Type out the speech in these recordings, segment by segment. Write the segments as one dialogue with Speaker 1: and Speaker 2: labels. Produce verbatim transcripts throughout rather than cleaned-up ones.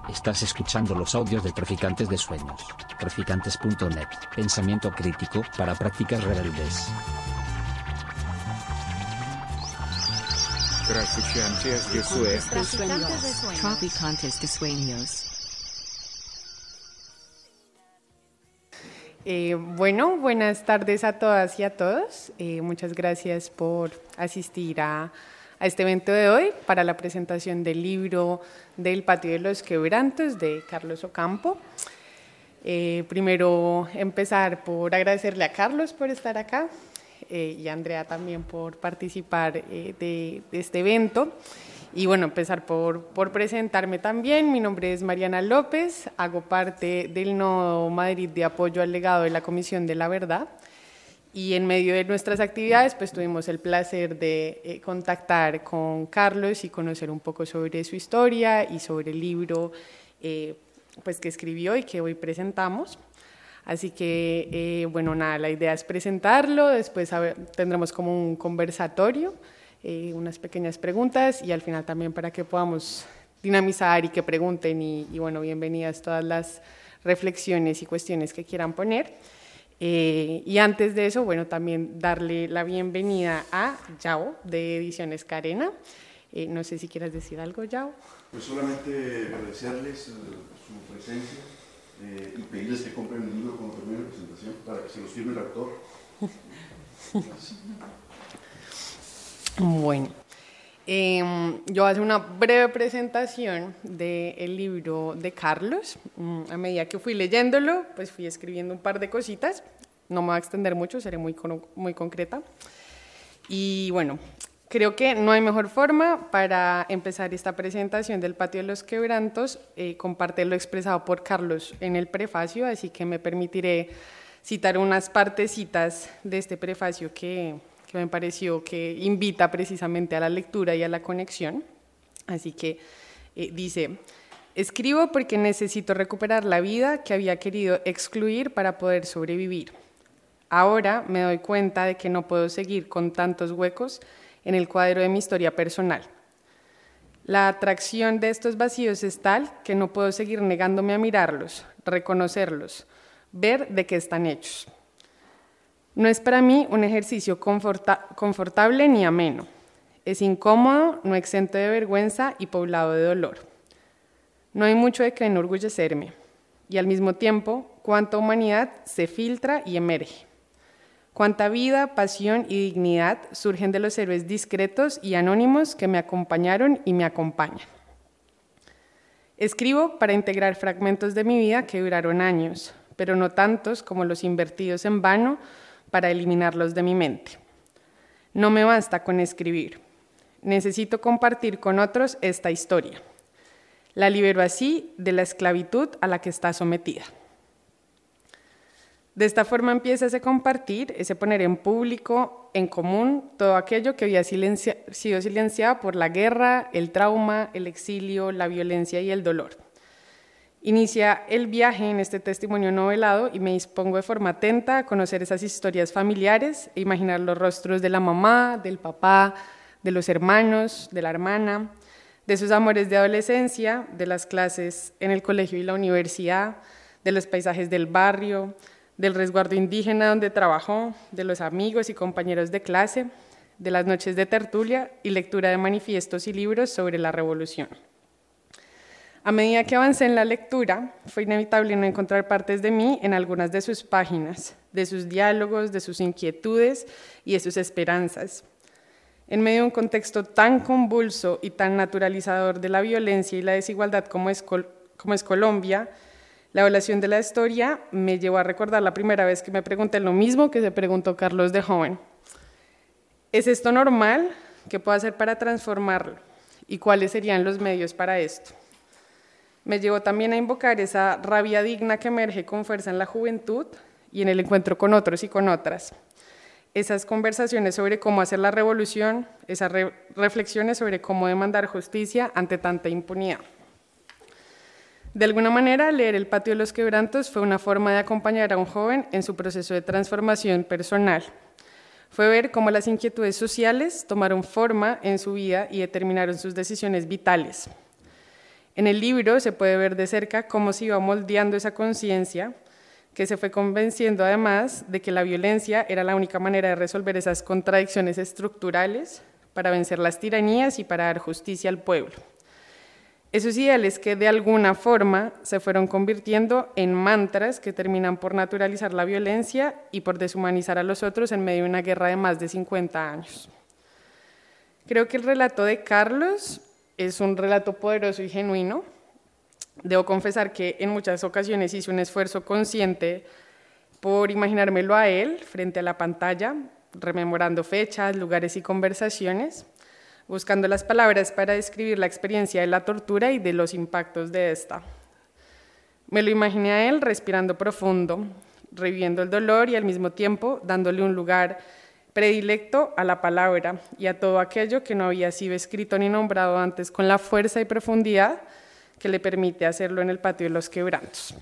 Speaker 1: Estás escuchando los audios de Traficantes de Sueños. Traficantes punto net. Pensamiento crítico para prácticas rebeldes.
Speaker 2: Traficantes de Sueños.
Speaker 3: Traficantes de Sueños.
Speaker 4: Eh, bueno, buenas tardes a todas y a todos. Eh, muchas gracias por asistir a, a este evento de hoy para la presentación del libro del Patio de los Quebrantos de Carlos Ocampo. Eh, primero empezar por agradecerle a Carlos por estar acá eh, y a Andrea también por participar eh, de, de este evento. Y bueno, empezar por, por presentarme también. Mi nombre es Mariana López, hago parte del Nodo Madrid de apoyo al legado de la Comisión de la Verdad. Y en medio de nuestras actividades, pues tuvimos el placer de eh, contactar con Carlos y conocer un poco sobre su historia y sobre el libro eh, pues, que escribió y que hoy presentamos. Así que, eh, bueno, nada, la idea es presentarlo, después a ver, tendremos como un conversatorio, Eh, unas pequeñas preguntas y al final también para que podamos dinamizar y que pregunten y, y bueno, bienvenidas todas las reflexiones y cuestiones que quieran poner. Eh, y antes de eso, bueno, también darle la bienvenida a Yao de Ediciones Carena. Eh, no sé si quieras decir algo, Yao.
Speaker 5: Pues solamente agradecerles uh, su presencia eh, y pedirles que compren el libro cuando termine la presentación para que se los firme el autor. Gracias.
Speaker 4: Bueno, eh, yo voy a hacer una breve presentación del libro de Carlos. A medida que fui leyéndolo, pues fui escribiendo un par de cositas. No me voy a extender mucho, seré muy, muy concreta. Y bueno, creo que no hay mejor forma para empezar esta presentación del Patio de los Quebrantos, eh, compartir lo expresado por Carlos en el prefacio, así que me permitiré citar unas partecitas de este prefacio que... que me pareció que invita precisamente a la lectura y a la conexión. Así que eh, dice, escribo porque necesito recuperar la vida que había querido excluir para poder sobrevivir. Ahora me doy cuenta de que no puedo seguir con tantos huecos en el cuadro de mi historia personal. La atracción de estos vacíos es tal que no puedo seguir negándome a mirarlos, reconocerlos, ver de qué están hechos. No es para mí un ejercicio conforta- confortable ni ameno. Es incómodo, no exento de vergüenza y poblado de dolor. No hay mucho de qué enorgullecerme. Y al mismo tiempo, cuánta humanidad se filtra y emerge. Cuánta vida, pasión y dignidad surgen de los héroes discretos y anónimos que me acompañaron y me acompañan. Escribo para integrar fragmentos de mi vida que duraron años, pero no tantos como los invertidos en vano para eliminarlos de mi mente. No me basta con escribir. Necesito compartir con otros esta historia. La libero así de la esclavitud a la que está sometida. De esta forma empieza ese compartir, ese poner en público, en común, todo aquello que había silenci- sido silenciado por la guerra, el trauma, el exilio, la violencia y el dolor. Inicia el viaje en este testimonio novelado y me dispongo de forma atenta a conocer esas historias familiares e imaginar los rostros de la mamá, del papá, de los hermanos, de la hermana, de sus amores de adolescencia, de las clases en el colegio y la universidad, de los paisajes del barrio, del resguardo indígena donde trabajó, de los amigos y compañeros de clase, de las noches de tertulia y lectura de manifiestos y libros sobre la revolución. A medida que avancé en la lectura, fue inevitable no encontrar partes de mí en algunas de sus páginas, de sus diálogos, de sus inquietudes y de sus esperanzas. En medio de un contexto tan convulso y tan naturalizador de la violencia y la desigualdad como es, Col- como es Colombia, la evaluación de la historia me llevó a recordar la primera vez que me pregunté lo mismo que se preguntó Carlos de joven. ¿Es esto normal? ¿Qué puedo hacer para transformarlo? ¿Y cuáles serían los medios para esto? Me llevó también a invocar esa rabia digna que emerge con fuerza en la juventud y en el encuentro con otros y con otras. Esas conversaciones sobre cómo hacer la revolución, esas re- reflexiones sobre cómo demandar justicia ante tanta impunidad. De alguna manera, leer El Patio de los Quebrantos fue una forma de acompañar a un joven en su proceso de transformación personal. Fue ver cómo las inquietudes sociales tomaron forma en su vida y determinaron sus decisiones vitales. En el libro se puede ver de cerca cómo se iba moldeando esa conciencia, que se fue convenciendo además de que la violencia era la única manera de resolver esas contradicciones estructurales para vencer las tiranías y para dar justicia al pueblo. Esos ideales que de alguna forma se fueron convirtiendo en mantras que terminan por naturalizar la violencia y por deshumanizar a los otros en medio de una guerra de más de cincuenta años. Creo que el relato de Carlos es un relato poderoso y genuino. Debo confesar que en muchas ocasiones hice un esfuerzo consciente por imaginármelo a él frente a la pantalla, rememorando fechas, lugares y conversaciones, buscando las palabras para describir la experiencia de la tortura y de los impactos de esta. Me lo imaginé a él respirando profundo, reviviendo el dolor y al mismo tiempo dándole un lugar predilecto a la palabra y a todo aquello que no había sido escrito ni nombrado antes con la fuerza y profundidad que le permite hacerlo en el patio de los quebrantos.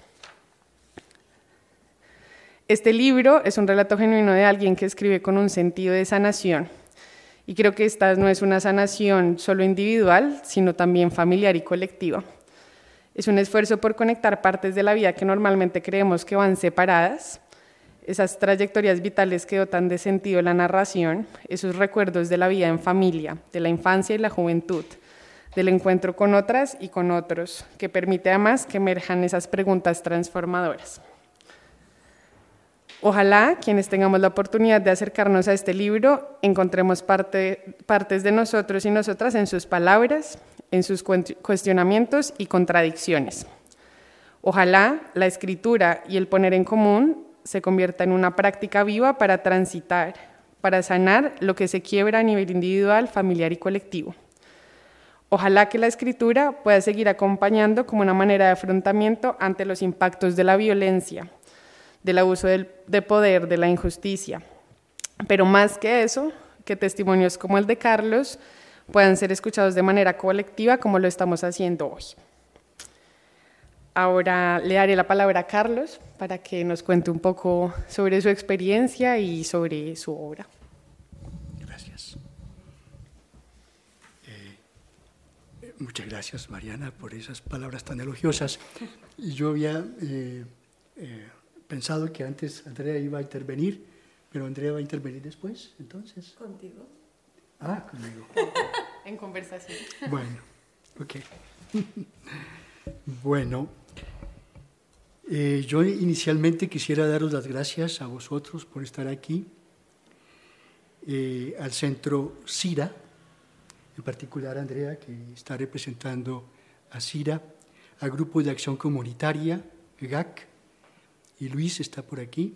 Speaker 4: Este libro es un relato genuino de alguien que escribe con un sentido de sanación, y creo que esta no es una sanación solo individual, sino también familiar y colectiva. Es un esfuerzo por conectar partes de la vida que normalmente creemos que van separadas, esas trayectorias vitales que dotan de sentido la narración, esos recuerdos de la vida en familia, de la infancia y la juventud, del encuentro con otras y con otros, que permite además que emerjan esas preguntas transformadoras. Ojalá quienes tengamos la oportunidad de acercarnos a este libro encontremos parte, partes de nosotros y nosotras en sus palabras, en sus cuestionamientos y contradicciones. Ojalá la escritura y el poner en común se convierta en una práctica viva para transitar, para sanar lo que se quiebra a nivel individual, familiar y colectivo. Ojalá que la escritura pueda seguir acompañando como una manera de afrontamiento ante los impactos de la violencia, del abuso del, de poder, de la injusticia. Pero más que eso, que testimonios como el de Carlos puedan ser escuchados de manera colectiva como lo estamos haciendo hoy. Ahora le daré la palabra a Carlos para que nos cuente un poco sobre su experiencia y sobre su obra.
Speaker 6: Gracias. Eh, muchas gracias, Mariana, por esas palabras tan elogiosas. Yo había eh, eh, pensado que antes Andrea iba a intervenir, pero Andrea va a intervenir después, entonces.
Speaker 7: ¿Contigo?
Speaker 6: Ah, conmigo.
Speaker 4: En conversación.
Speaker 6: Bueno, ok. Bueno, eh, yo inicialmente quisiera daros las gracias a vosotros por estar aquí, eh, al Centro CIRA, en particular a Andrea, que está representando a CIRA, al Grupo de Acción Comunitaria, G A C, y Luis está por aquí,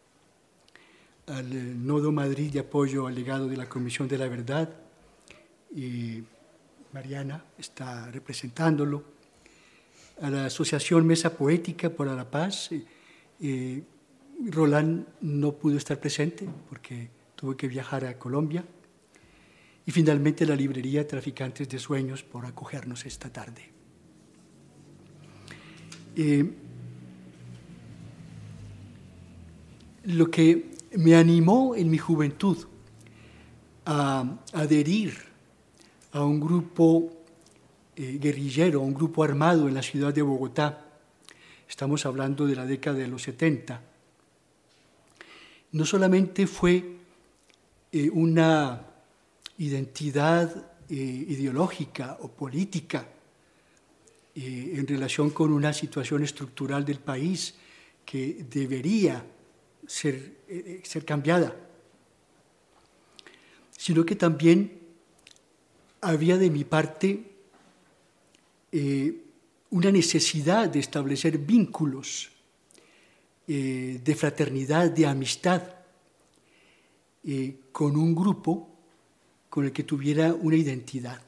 Speaker 6: al Nodo Madrid de Apoyo al Legado de la Comisión de la Verdad, y Mariana está representándolo, a la Asociación Mesa Poética por la Paz. Eh, Roland no pudo estar presente porque tuvo que viajar a Colombia, y finalmente la librería Traficantes de Sueños por acogernos esta tarde. Eh, lo que me animó en mi juventud a adherir a un grupo eh, guerrillero, a un grupo armado en la ciudad de Bogotá, estamos hablando de la década de los setenta, no solamente fue eh, una identidad eh, ideológica o política eh, en relación con una situación estructural del país que debería ser, eh, ser cambiada, sino que también había de mi parte eh, una necesidad de establecer vínculos eh, de fraternidad, de amistad, eh, con un grupo con el que tuviera una identidad.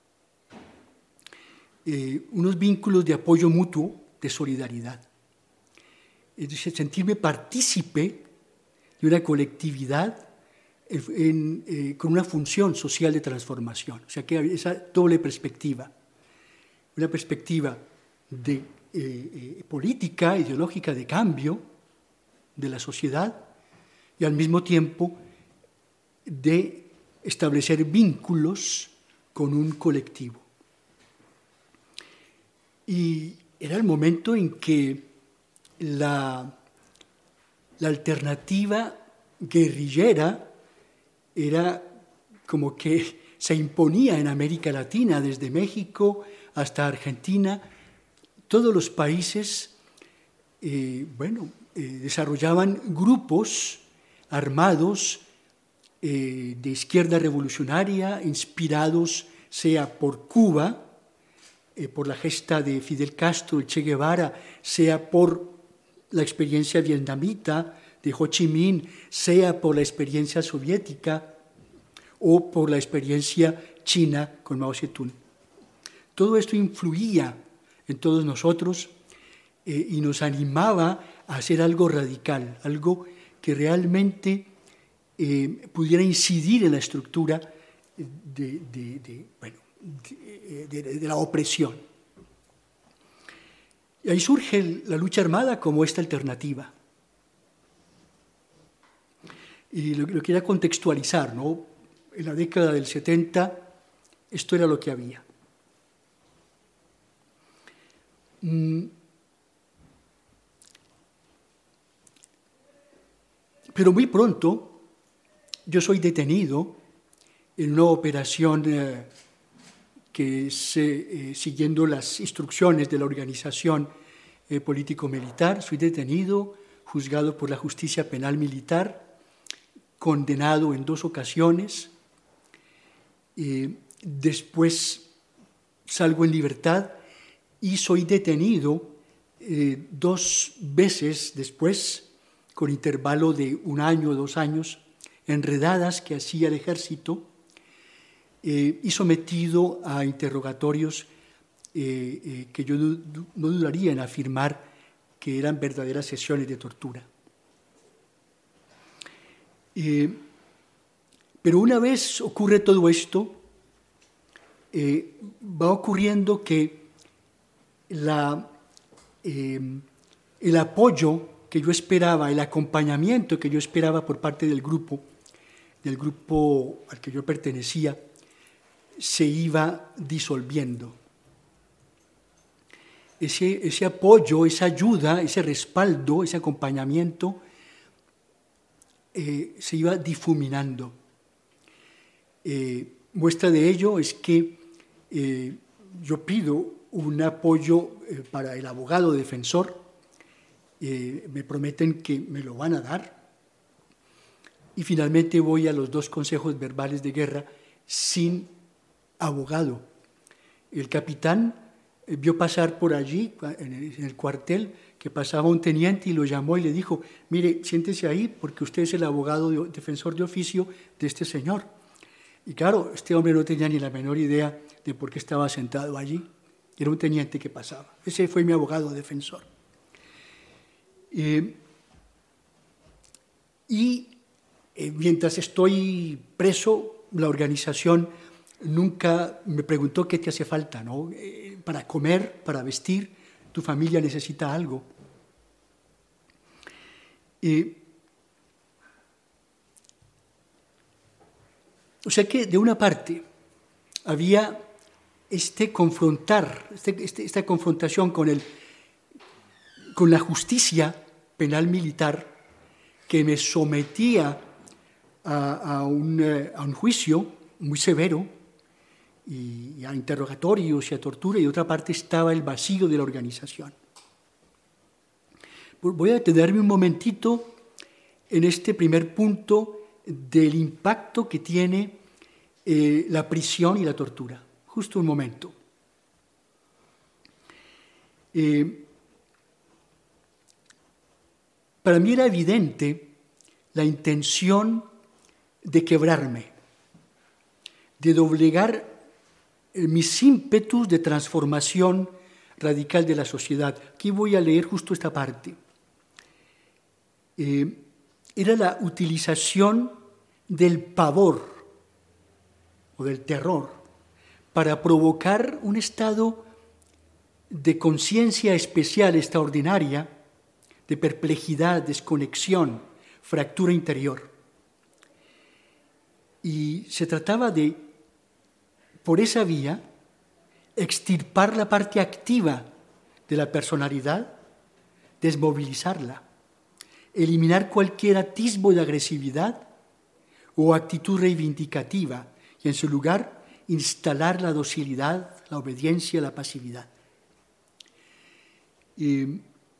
Speaker 6: Eh, unos vínculos de apoyo mutuo, de solidaridad. Es decir, sentirme partícipe de una colectividad en, en, eh, con una función social de transformación. O sea, que esa doble perspectiva. Una perspectiva de, eh, eh, política, ideológica de cambio de la sociedad y al mismo tiempo de establecer vínculos con un colectivo. Y era el momento en que la, la alternativa guerrillera era como que se imponía en América Latina, desde México hasta Argentina. Todos los países, eh, bueno, eh, desarrollaban grupos armados eh, de izquierda revolucionaria, inspirados sea por Cuba, eh, por la gesta de Fidel Castro, el Che Guevara, sea por la experiencia vietnamita de Ho Chi Minh, sea por la experiencia soviética o por la experiencia china con Mao Zedong. Todo esto influía en todos nosotros eh, y nos animaba a hacer algo radical, algo que realmente eh, pudiera incidir en la estructura de, de, de, bueno, de, de, de la opresión. Y ahí surge la lucha armada como esta alternativa. Y lo, lo quería contextualizar, ¿no? En la década del setenta, esto era lo que había. Mm. Pero muy pronto yo soy detenido en una operación eh, que es, eh, siguiendo las instrucciones de la organización eh, político-militar, soy detenido, juzgado por la justicia penal militar, condenado en dos ocasiones, eh, después salgo en libertad y soy detenido eh, dos veces después, con intervalo de un año o dos años, en redadas que hacía el ejército, eh, y sometido a interrogatorios eh, eh, que yo no, no dudaría en afirmar que eran verdaderas sesiones de tortura. Eh, pero una vez ocurre todo esto, eh, va ocurriendo que la, eh, el apoyo que yo esperaba, el acompañamiento que yo esperaba por parte del grupo, del grupo al que yo pertenecía, se iba disolviendo. Ese, ese apoyo, esa ayuda, ese respaldo, ese acompañamiento eh, se iba difuminando. Eh, muestra de ello es que eh, yo pido un apoyo eh, para el abogado defensor. Eh, me prometen que me lo van a dar, y finalmente voy a los dos consejos verbales de guerra sin abogado. El capitán eh, vio pasar por allí, en el, en el cuartel, que pasaba un teniente y lo llamó y le dijo: mire, siéntese ahí porque usted es el abogado de, defensor de oficio de este señor. Y claro, este hombre no tenía ni la menor idea de por qué estaba sentado allí. Era un teniente que pasaba. Ese fue mi abogado defensor. Eh, y eh, mientras estoy preso, la organización nunca me preguntó qué te hace falta, ¿no? Eh, para comer, para vestir, tu familia necesita algo. Eh, o sea que, de una parte, había este confrontar, este, este, esta confrontación con el con la justicia penal militar, que me sometía a, a, un, a un juicio muy severo y, y a interrogatorios y a tortura, y de otra parte estaba el vacío de la organización. Voy a detenerme un momentito en este primer punto del impacto que tiene eh, la prisión y la tortura. Justo un momento. Eh, Para mí era evidente la intención de quebrarme, de doblegar mis ímpetus de transformación radical de la sociedad. Aquí voy a leer justo esta parte. Eh, era la utilización del pavor o del terror para provocar un estado de conciencia especial, extraordinaria, de perplejidad, desconexión, fractura interior. Y se trataba de, por esa vía, extirpar la parte activa de la personalidad, desmovilizarla, eliminar cualquier atisbo de agresividad o actitud reivindicativa y en su lugar instalar la docilidad, la obediencia, la pasividad. Eh,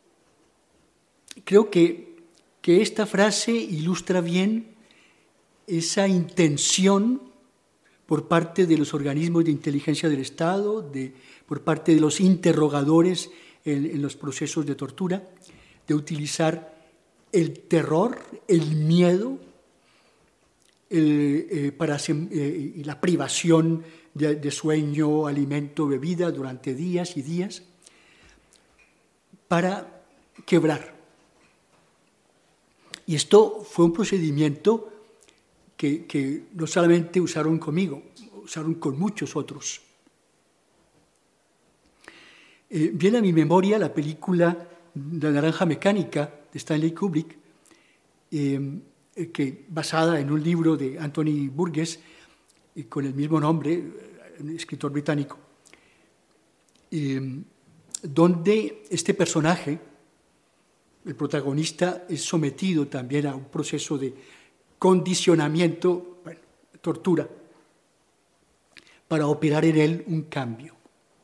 Speaker 6: creo que, que esta frase ilustra bien esa intención por parte de los organismos de inteligencia del Estado, de, por parte de los interrogadores en, en los procesos de tortura, de utilizar el terror, el miedo, el, eh, para, eh, y la privación de, de sueño, alimento, bebida durante días y días, para quebrar. Y esto fue un procedimiento que, que no solamente usaron conmigo, usaron con muchos otros. Eh, viene a mi memoria la película La Naranja Mecánica de Stanley Kubrick, eh, que basada en un libro de Anthony Burgess, eh, con el mismo nombre, un escritor británico, eh, donde este personaje, el protagonista, es sometido también a un proceso de condicionamiento, bueno, tortura, para operar en él un cambio.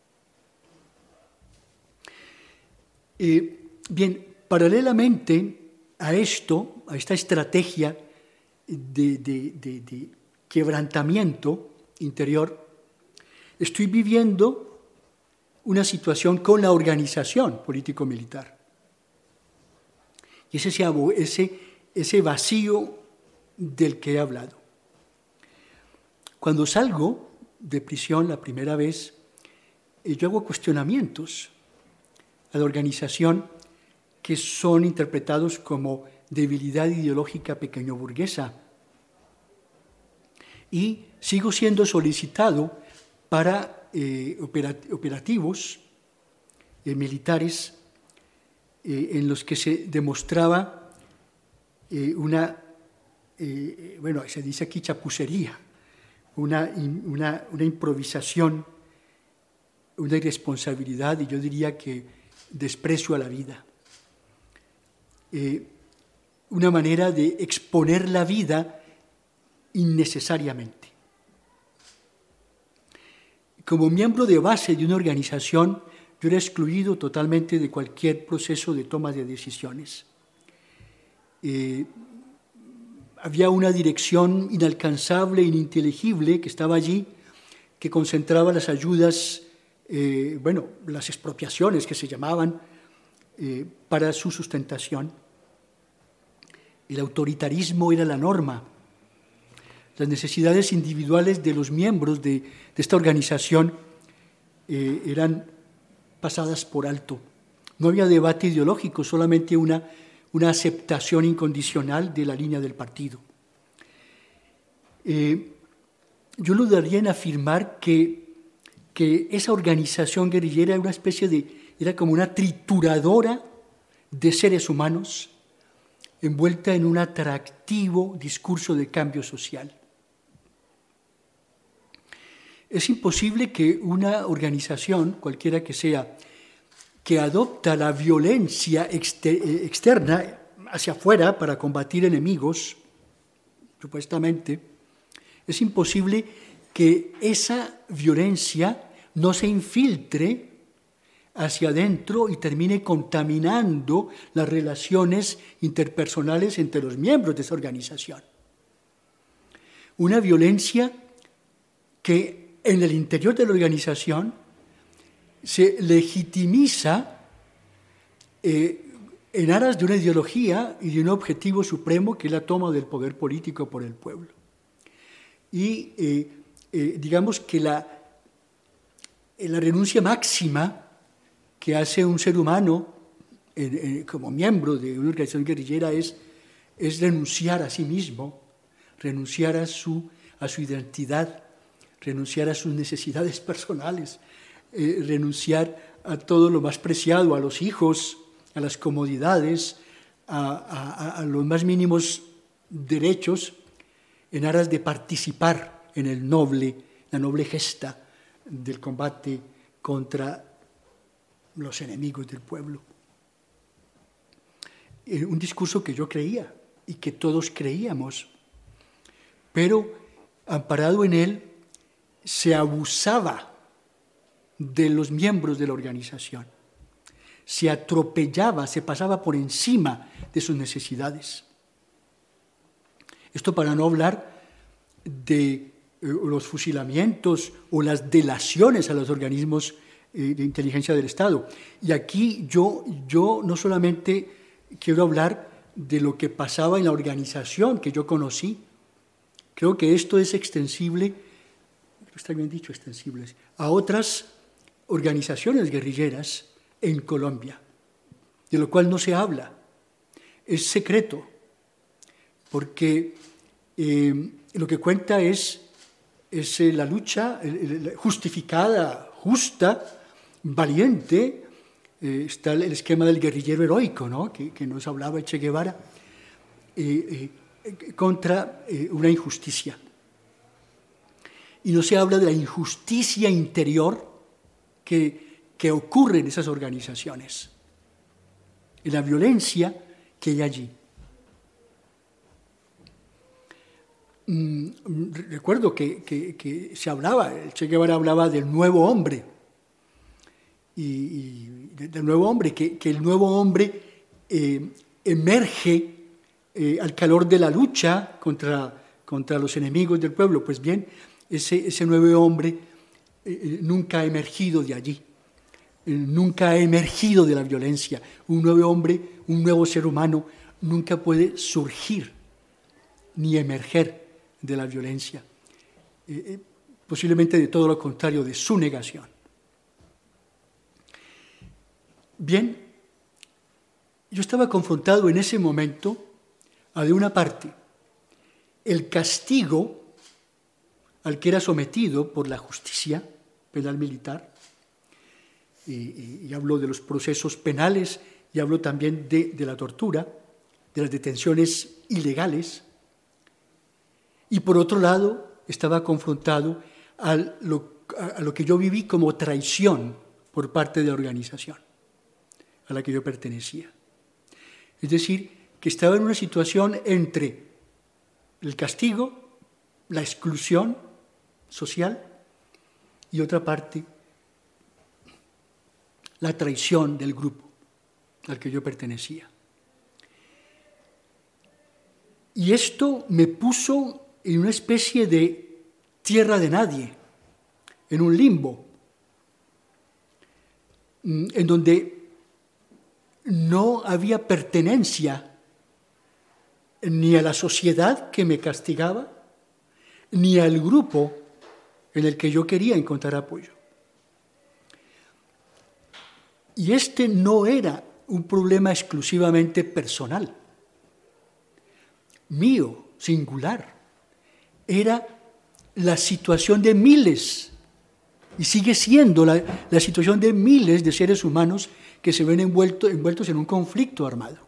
Speaker 6: Eh, bien, paralelamente a esto, a esta estrategia de, de, de, de quebrantamiento interior, estoy viviendo una situación con la organización político-militar. Y es ese, ese, ese vacío del que he hablado. Cuando salgo de prisión la primera vez, yo hago cuestionamientos a la organización que son interpretados como debilidad ideológica pequeño-burguesa. Y sigo siendo solicitado para eh, operativos eh, militares eh, en los que se demostraba eh, una, eh, bueno, se dice aquí chapucería, una, una, una improvisación, una irresponsabilidad y yo diría que desprecio a la vida. Eh, una manera de exponer la vida innecesariamente. Como miembro de base de una organización, yo era excluido totalmente de cualquier proceso de toma de decisiones. Eh, había una dirección inalcanzable, ininteligible, que estaba allí, que concentraba las ayudas, eh, bueno, las expropiaciones que se llamaban, eh, para su sustentación. El autoritarismo era la norma. Las necesidades individuales de los miembros de, de esta organización eh, eran pasadas por alto. No había debate ideológico, solamente una, una aceptación incondicional de la línea del partido. Eh, yo lo daría en afirmar que, que esa organización guerrillera era una especie de, era como una trituradora de seres humanos envuelta en un atractivo discurso de cambio social. Es imposible que una organización, cualquiera que sea, que adopta la violencia externa hacia afuera para combatir enemigos, supuestamente, es imposible que esa violencia no se infiltre hacia adentro y termine contaminando las relaciones interpersonales entre los miembros de esa organización. Una violencia que en el interior de la organización se legitimiza eh, en aras de una ideología y de un objetivo supremo que es la toma del poder político por el pueblo. Y eh, eh, digamos que la, la renuncia máxima que hace un ser humano eh, eh, como miembro de una organización guerrillera es, es renunciar a sí mismo, renunciar a su, a su identidad, renunciar a sus necesidades personales, eh, renunciar a todo lo más preciado, a los hijos, a las comodidades, a, a, a los más mínimos derechos, en aras de participar en el noble, la noble gesta del combate contra los enemigos del pueblo. Eh, un discurso que yo creía y que todos creíamos, pero amparado en él se abusaba de los miembros de la organización, se atropellaba, se pasaba por encima de sus necesidades. Esto para no hablar de eh, los fusilamientos o las delaciones a los organismos eh, de inteligencia del Estado. Y aquí yo, yo no solamente quiero hablar de lo que pasaba en la organización que yo conocí, creo que esto es extensible, está bien dicho, extensible, a otras organizaciones guerrilleras en Colombia, de lo cual no se habla, es secreto, porque eh, lo que cuenta es, es eh, la lucha eh, justificada, justa, valiente. Eh, está el esquema del guerrillero heroico, ¿no? que, que nos hablaba Che Guevara, eh, eh, contra eh, una injusticia. Y no se habla de la injusticia interior que, que ocurre en esas organizaciones, en la violencia que hay allí. Mm, recuerdo que, que, que se hablaba, el Che Guevara hablaba del nuevo hombre, y, y del nuevo hombre, que, que el nuevo hombre eh, emerge eh, al calor de la lucha contra, contra los enemigos del pueblo. Pues bien, ese, ese nuevo hombre eh, nunca ha emergido de allí, eh, nunca ha emergido de la violencia. Un nuevo hombre, un nuevo ser humano, nunca puede surgir ni emerger de la violencia, eh, eh, posiblemente de todo lo contrario, de su negación. Bien, yo estaba confrontado en ese momento a, de una parte, el castigo al que era sometido por la justicia penal militar, y, y, y hablo de los procesos penales, y hablo también de, de la tortura, de las detenciones ilegales, y por otro lado estaba confrontado a lo, a lo que yo viví como traición por parte de la organización a la que yo pertenecía. Es decir, que estaba en una situación entre el castigo, la exclusión social y otra parte, la traición del grupo al que yo pertenecía. Y esto me puso en una especie de tierra de nadie, en un limbo, en donde no había pertenencia ni a la sociedad que me castigaba, ni al grupo en el que yo quería encontrar apoyo. Y este no era un problema exclusivamente personal, mío, singular. Era la situación de miles, y sigue siendo la, la situación de miles de seres humanos que se ven envuelto, envueltos en un conflicto armado.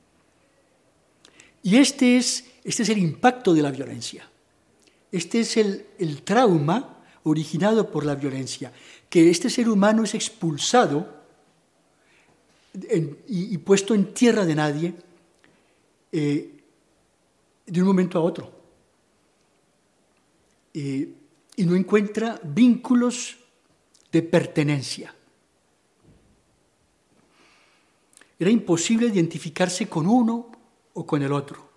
Speaker 6: Y este es, este es el impacto de la violencia. Este es el, el trauma originado por la violencia, que este ser humano es expulsado en, y, y puesto en tierra de nadie eh, de un momento a otro. Eh, y no encuentra vínculos de pertenencia. Era imposible identificarse con uno o con el otro.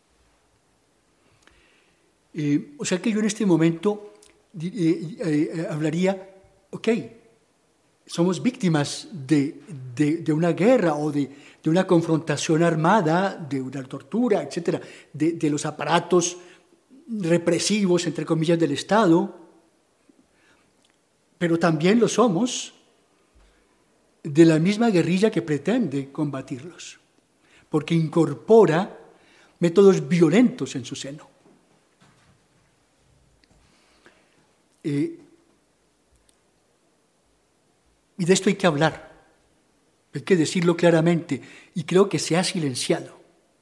Speaker 6: Eh, o sea que yo en este momento eh, eh, hablaría, ok, somos víctimas de, de, de una guerra o de, de una confrontación armada, de una tortura, etcétera, de, de los aparatos represivos, entre comillas, del Estado, pero también lo somos de la misma guerrilla que pretende combatirlos, porque incorpora métodos violentos en su seno. Eh, y de esto hay que hablar, hay que decirlo claramente, y creo que se ha silenciado.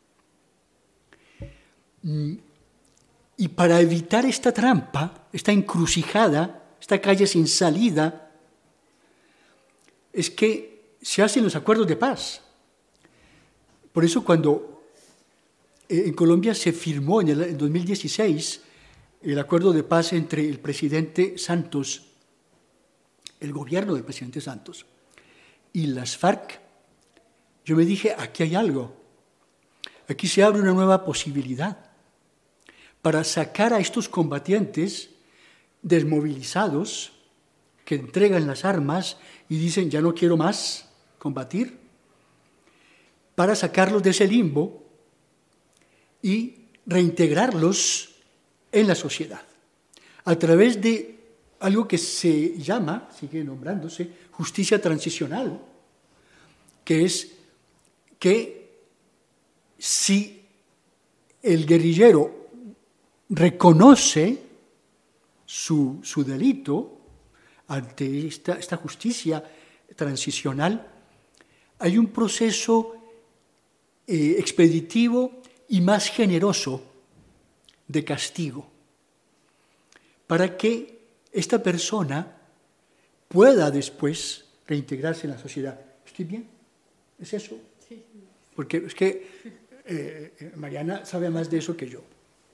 Speaker 6: Mm, y para evitar esta trampa, esta encrucijada, esta calle sin salida, es que se hacen los acuerdos de paz. Por eso cuando eh, en Colombia se firmó en el en dos mil dieciséis el acuerdo de paz entre el presidente Santos, el gobierno del presidente Santos, y las FARC, yo me dije, aquí hay algo, aquí se abre una nueva posibilidad para sacar a estos combatientes desmovilizados que entregan las armas y dicen, ya no quiero más combatir, para sacarlos de ese limbo y reintegrarlos en la sociedad, a través de algo que se llama, sigue nombrándose, justicia transicional, que es que si el guerrillero reconoce su, su delito ante esta, esta justicia transicional, hay un proceso eh, expeditivo y más generoso de castigo, para que esta persona pueda después reintegrarse en la sociedad. ¿Estoy bien? ¿Es eso? Sí. Porque es que eh, Mariana sabe más de eso que yo.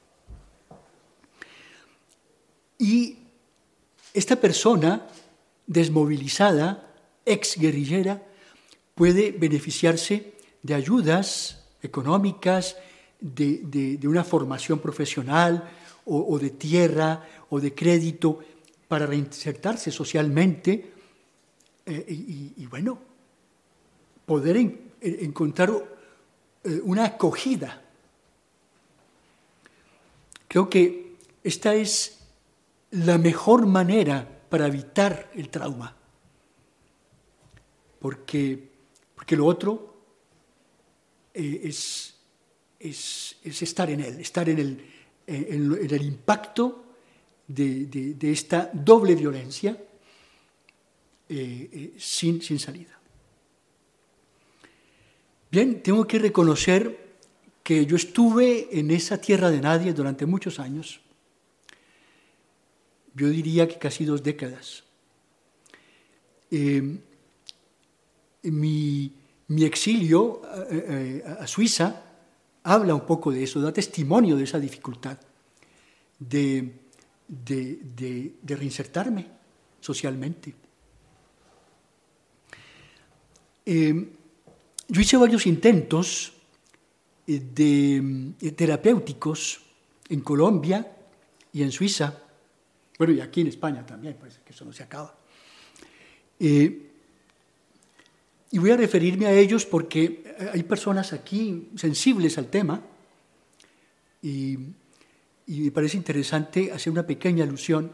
Speaker 6: Y esta persona desmovilizada, exguerrillera, puede beneficiarse de ayudas económicas, de, de, de una formación profesional o, o de tierra o de crédito para reinsertarse socialmente eh, y, y, bueno, poder en, encontrar eh, una acogida. Creo que esta es la mejor manera para evitar el trauma, porque, porque lo otro eh, es, es, es estar en él, estar en el, en, en el impacto de, de, de esta doble violencia eh, eh, sin, sin salida. Bien, tengo que reconocer que yo estuve en esa tierra de nadie durante muchos años. Yo diría que casi dos décadas. Eh, mi, mi exilio eh, eh, a Suiza habla un poco de eso, da testimonio de esa dificultad de, de, de, de reinsertarme socialmente. Eh, yo hice varios intentos de, de terapéuticos en Colombia y en Suiza. Bueno, y aquí en España también, parece que eso no se acaba. Eh, y voy a referirme a ellos porque hay personas aquí sensibles al tema y, y me parece interesante hacer una pequeña alusión.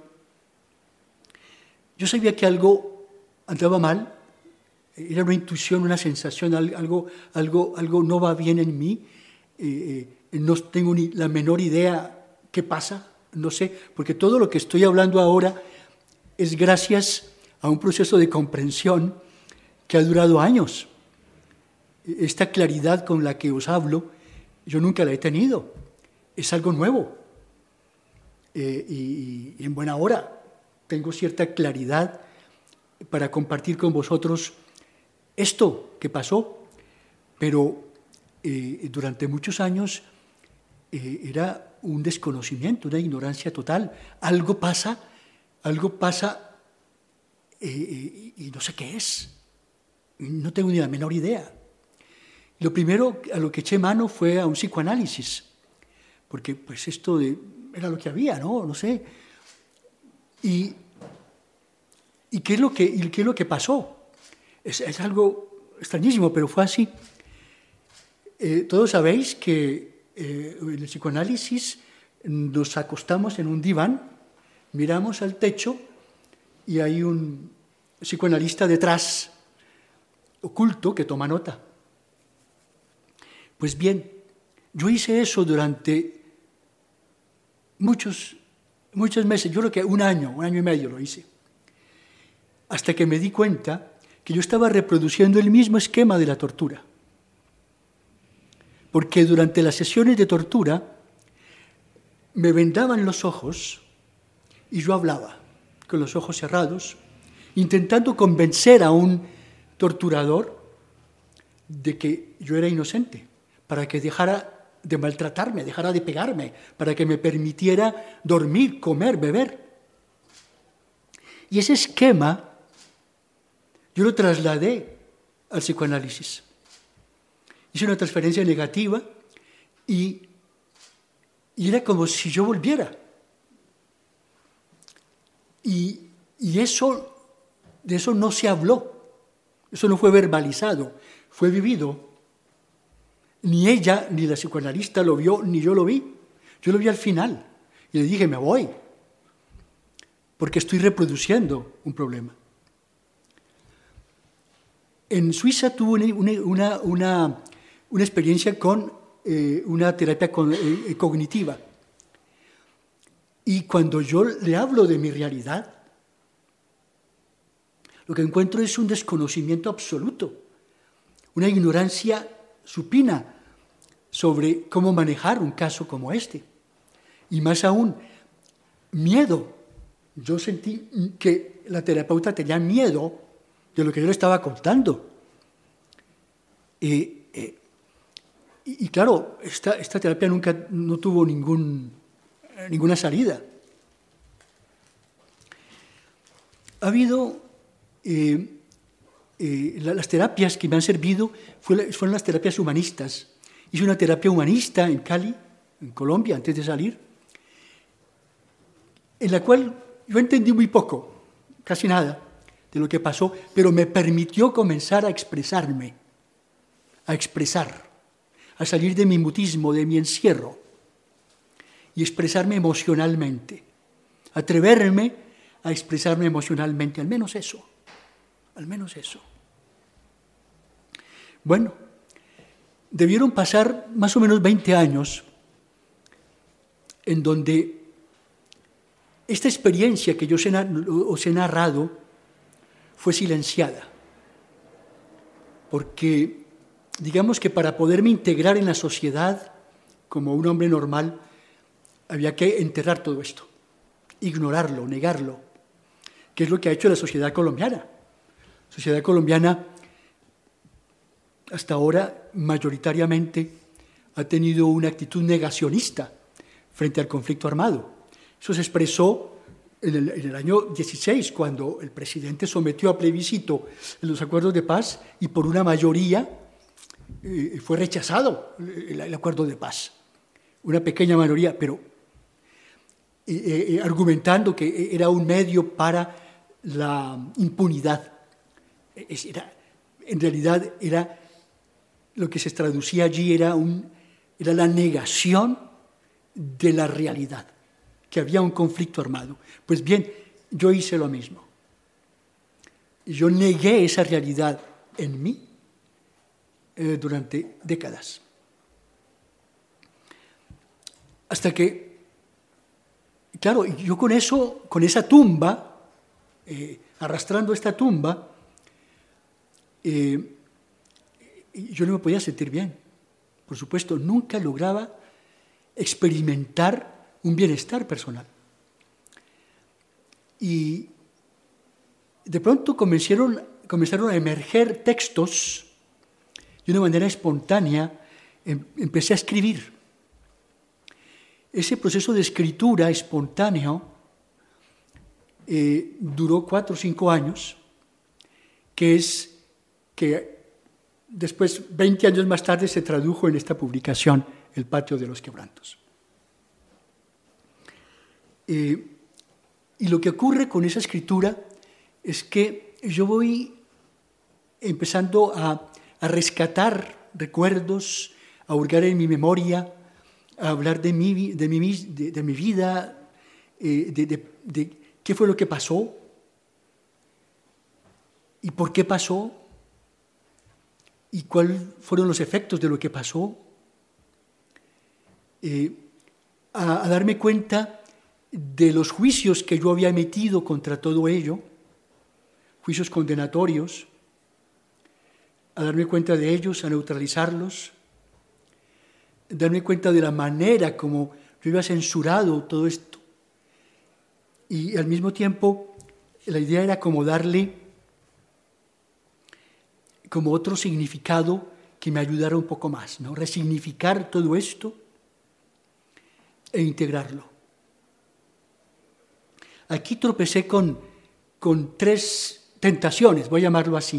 Speaker 6: Yo sabía que algo andaba mal, era una intuición, una sensación, algo, algo, algo no va bien en mí, eh, eh, no tengo ni la menor idea qué pasa. No sé, porque todo lo que estoy hablando ahora es gracias a un proceso de comprensión que ha durado años. Esta claridad con la que os hablo, yo nunca la he tenido. Es algo nuevo. Eh, y, y en buena hora tengo cierta claridad para compartir con vosotros esto que pasó, pero eh, durante muchos años eh, era un desconocimiento, una ignorancia total. Algo pasa, algo pasa eh, eh, y no sé qué es. No tengo ni la menor idea. Lo primero a lo que eché mano fue a un psicoanálisis, porque pues esto de, era lo que había, ¿no? No sé. Y, y, ¿qué, es lo que, y qué es lo que pasó? Es, es algo extrañísimo, pero fue así. Eh, todos sabéis que Eh, en el psicoanálisis nos acostamos en un diván, miramos al techo y hay un psicoanalista detrás, oculto, que toma nota. Pues bien, yo hice eso durante muchos, muchos meses, yo creo que un año, un año y medio lo hice, hasta que me di cuenta que yo estaba reproduciendo el mismo esquema de la tortura. Porque durante las sesiones de tortura me vendaban los ojos y yo hablaba con los ojos cerrados, intentando convencer a un torturador de que yo era inocente, para que dejara de maltratarme, dejara de pegarme, para que me permitiera dormir, comer, beber. Y ese esquema yo lo trasladé al psicoanálisis. Hice una transferencia negativa y, y era como si yo volviera. Y, y eso, de eso no se habló, eso no fue verbalizado, fue vivido. Ni ella, ni la psicoanalista lo vio, ni yo lo vi. Yo lo vi al final y le dije, me voy, porque estoy reproduciendo un problema. En Suiza tuve una, una, una, una experiencia con eh, una terapia con, eh, cognitiva. Y cuando yo le hablo de mi realidad, lo que encuentro es un desconocimiento absoluto, una ignorancia supina sobre cómo manejar un caso como este. Y más aún, miedo. Yo sentí que la terapeuta tenía miedo de lo que yo le estaba contando. Eh, eh, y, y claro, esta, esta terapia nunca no tuvo ningún, ninguna salida. Ha habido eh, eh, la, las terapias que me han servido fue, fueron las terapias humanistas. Hice una terapia humanista en Cali, en Colombia, antes de salir, en la cual yo entendí muy poco, casi nada, de lo que pasó, pero me permitió comenzar a expresarme, a expresar, a salir de mi mutismo, de mi encierro, y expresarme emocionalmente, atreverme a expresarme emocionalmente, al menos eso, al menos eso. Bueno, debieron pasar más o menos veinte años en donde esta experiencia que yo os he narrado fue silenciada, porque digamos que para poderme integrar en la sociedad como un hombre normal, había que enterrar todo esto, ignorarlo, negarlo, que es lo que ha hecho la sociedad colombiana. La sociedad colombiana hasta ahora mayoritariamente ha tenido una actitud negacionista frente al conflicto armado. Eso se expresó en el, en el año dieciséis, cuando el presidente sometió a plebiscito los acuerdos de paz y por una mayoría eh, fue rechazado el, el acuerdo de paz. Una pequeña mayoría, pero eh, eh, argumentando que era un medio para la impunidad. Es, era, en realidad era lo que se traducía allí era, un, era la negación de la realidad, que había un conflicto armado. Pues bien, yo hice lo mismo. Yo negué esa realidad en mí eh, durante décadas. Hasta que, claro, yo con eso, con esa tumba, eh, arrastrando esta tumba, eh, yo no me podía sentir bien. Por supuesto, nunca lograba experimentar un bienestar personal. Y de pronto comenzaron, comenzaron a emerger textos de una manera espontánea. Em, empecé a escribir. Ese proceso de escritura espontáneo eh, duró cuatro o cinco años, que es que después, veinte años más tarde, se tradujo en esta publicación, El Patio de los Quebrantos. Eh, y lo que ocurre con esa escritura es que yo voy empezando a, a rescatar recuerdos, a hurgar en mi memoria, a hablar de mi, de mi, de, de mi vida, eh, de, de, de qué fue lo que pasó y por qué pasó y cuáles fueron los efectos de lo que pasó, eh, a, a darme cuenta de los juicios que yo había emitido contra todo ello, juicios condenatorios, a darme cuenta de ellos, a neutralizarlos, a darme cuenta de la manera como yo había censurado todo esto. Y al mismo tiempo, la idea era como darle como otro significado que me ayudara un poco más, ¿no? Resignificar todo esto e integrarlo. Aquí tropecé con, con tres tentaciones, voy a llamarlo así,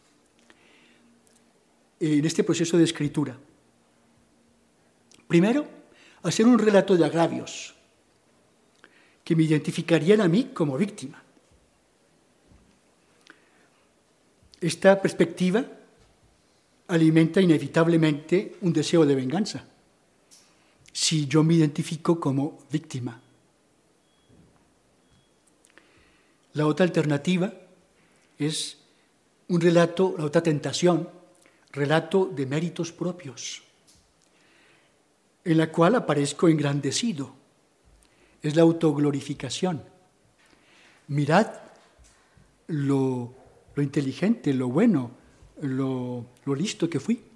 Speaker 6: en este proceso de escritura. Primero, hacer un relato de agravios que me identificarían a mí como víctima. Esta perspectiva alimenta inevitablemente un deseo de venganza, si yo me identifico como víctima. La otra alternativa es un relato, la otra tentación, relato de méritos propios, en la cual aparezco engrandecido. Es la autoglorificación. Mirad lo, lo inteligente, lo bueno, lo, lo listo que fui.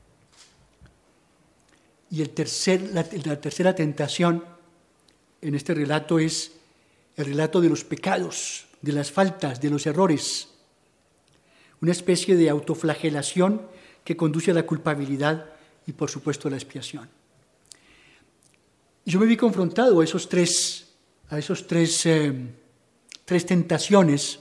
Speaker 6: Y el tercer, la, la tercera tentación en este relato es el relato de los pecados, de las faltas, de los errores. Una especie de autoflagelación que conduce a la culpabilidad y, por supuesto, a la expiación. Y yo me vi confrontado a esos tres, a esos tres, eh, tres tentaciones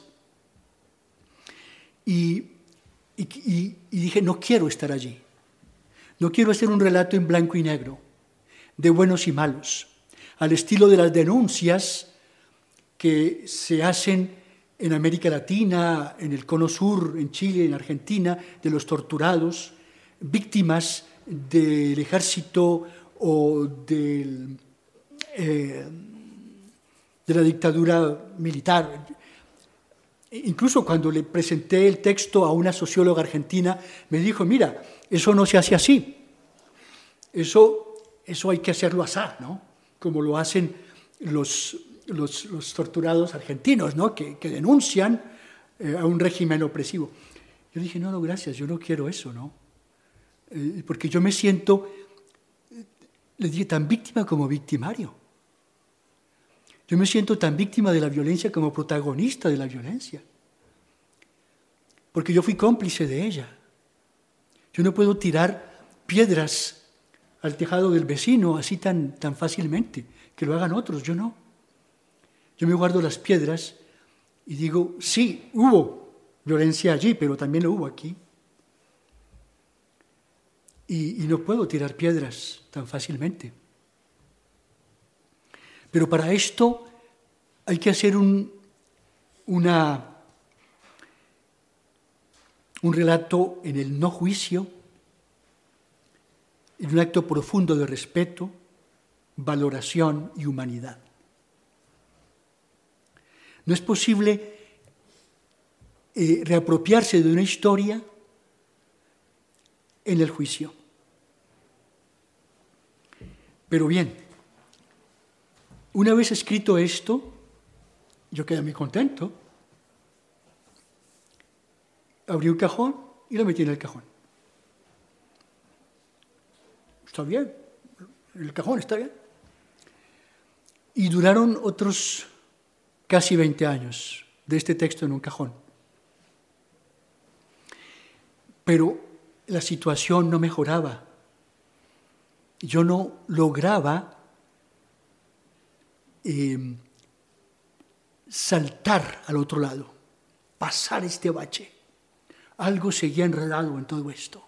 Speaker 6: y, y, y, y dije, no quiero estar allí. No quiero hacer un relato en blanco y negro, de buenos y malos, al estilo de las denuncias que se hacen en América Latina, en el Cono Sur, en Chile, en Argentina, de los torturados, víctimas del ejército o del, eh, de la dictadura militar. Incluso cuando le presenté el texto a una socióloga argentina, me dijo, mira, eso no se hace así, eso, eso hay que hacerlo así, ¿no? Como lo hacen los, los, los torturados argentinos, ¿no? que, que denuncian eh, a un régimen opresivo. Yo dije, no, no, gracias, yo no quiero eso, ¿no? Eh, porque yo me siento, le dije, tan víctima como victimario. Yo me siento tan víctima de la violencia como protagonista de la violencia. Porque yo fui cómplice de ella. Yo no puedo tirar piedras al tejado del vecino así tan, tan fácilmente, que lo hagan otros, yo no. Yo me guardo las piedras y digo, sí, hubo violencia allí, pero también lo hubo aquí. Y, y no puedo tirar piedras tan fácilmente. Pero para esto hay que hacer un, una, un relato en el no juicio, en un acto profundo de respeto, valoración y humanidad. No es posible eh, reapropiarse de una historia en el juicio. Pero bien, una vez escrito esto, yo quedé muy contento. Abrí un cajón y lo metí en el cajón. Está bien, el cajón está bien. Y duraron otros casi veinte años de este texto en un cajón. Pero la situación no mejoraba. Yo no lograba eh, saltar al otro lado, pasar este bache. Algo seguía enredado en todo esto.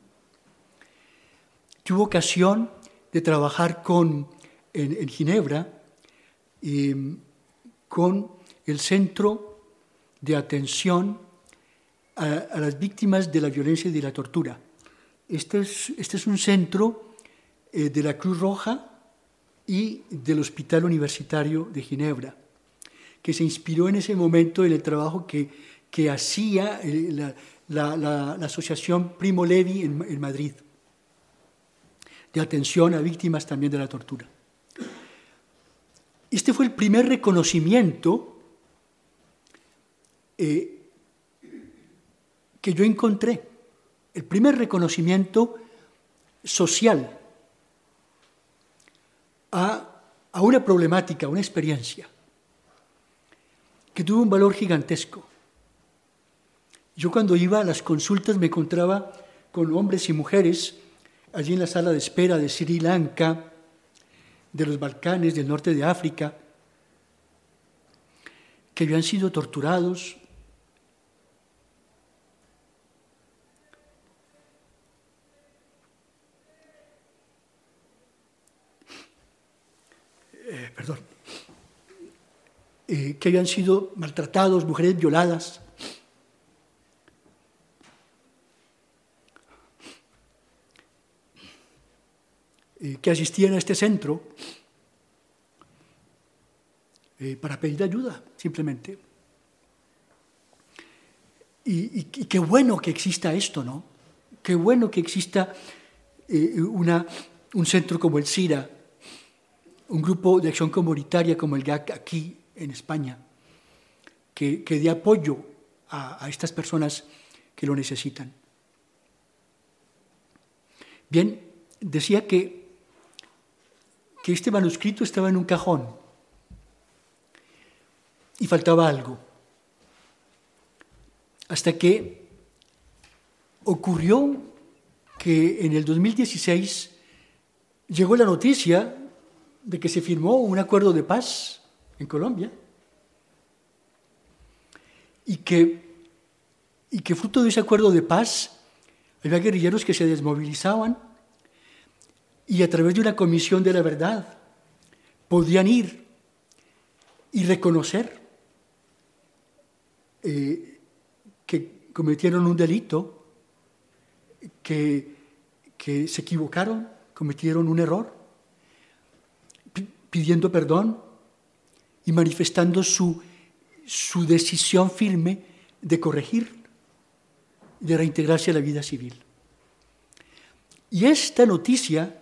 Speaker 6: Tuve ocasión de trabajar con, en, en Ginebra eh, con el Centro de Atención a, a las Víctimas de la Violencia y de la Tortura. Este es, este es un centro eh, de la Cruz Roja y del Hospital Universitario de Ginebra, que se inspiró en ese momento en el trabajo que, que hacía eh, la, la, la, la Asociación Primo Levi en, en Madrid, de atención a víctimas también de la tortura. Este fue el primer reconocimiento eh, que yo encontré, el primer reconocimiento social a, a una problemática, a una experiencia, que tuvo un valor gigantesco. Yo cuando iba a las consultas me encontraba con hombres y mujeres allí en la sala de espera de Sri Lanka, de los Balcanes, del norte de África, que habían sido torturados, eh, perdón, eh, que habían sido maltratados, mujeres violadas. Eh, que asistían a este centro eh, para pedir ayuda, simplemente. Y, y, y qué bueno que exista esto, ¿no? Qué bueno que exista eh, una, un centro como el CIRA, un grupo de acción comunitaria como el G A C aquí en España, que, que dé apoyo a, a estas personas que lo necesitan. Bien, decía que que este manuscrito estaba en un cajón y faltaba algo. Hasta que ocurrió que en el dos mil dieciséis llegó la noticia de que se firmó un acuerdo de paz en Colombia y que, y que fruto de ese acuerdo de paz había guerrilleros que se desmovilizaban y a través de una comisión de la verdad podían ir y reconocer eh, que cometieron un delito, que, que se equivocaron, cometieron un error, pidiendo perdón y manifestando su, su decisión firme de corregir, de reintegrarse a la vida civil. Y esta noticia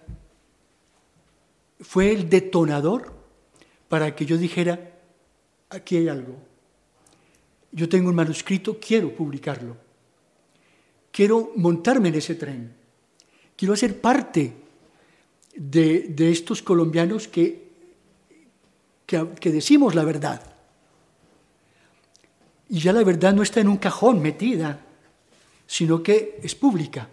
Speaker 6: fue el detonador para que yo dijera, aquí hay algo. Yo tengo un manuscrito, quiero publicarlo. Quiero montarme en ese tren. Quiero ser parte de, de estos colombianos que, que, que decimos la verdad. Y ya la verdad no está en un cajón metida, sino que es pública.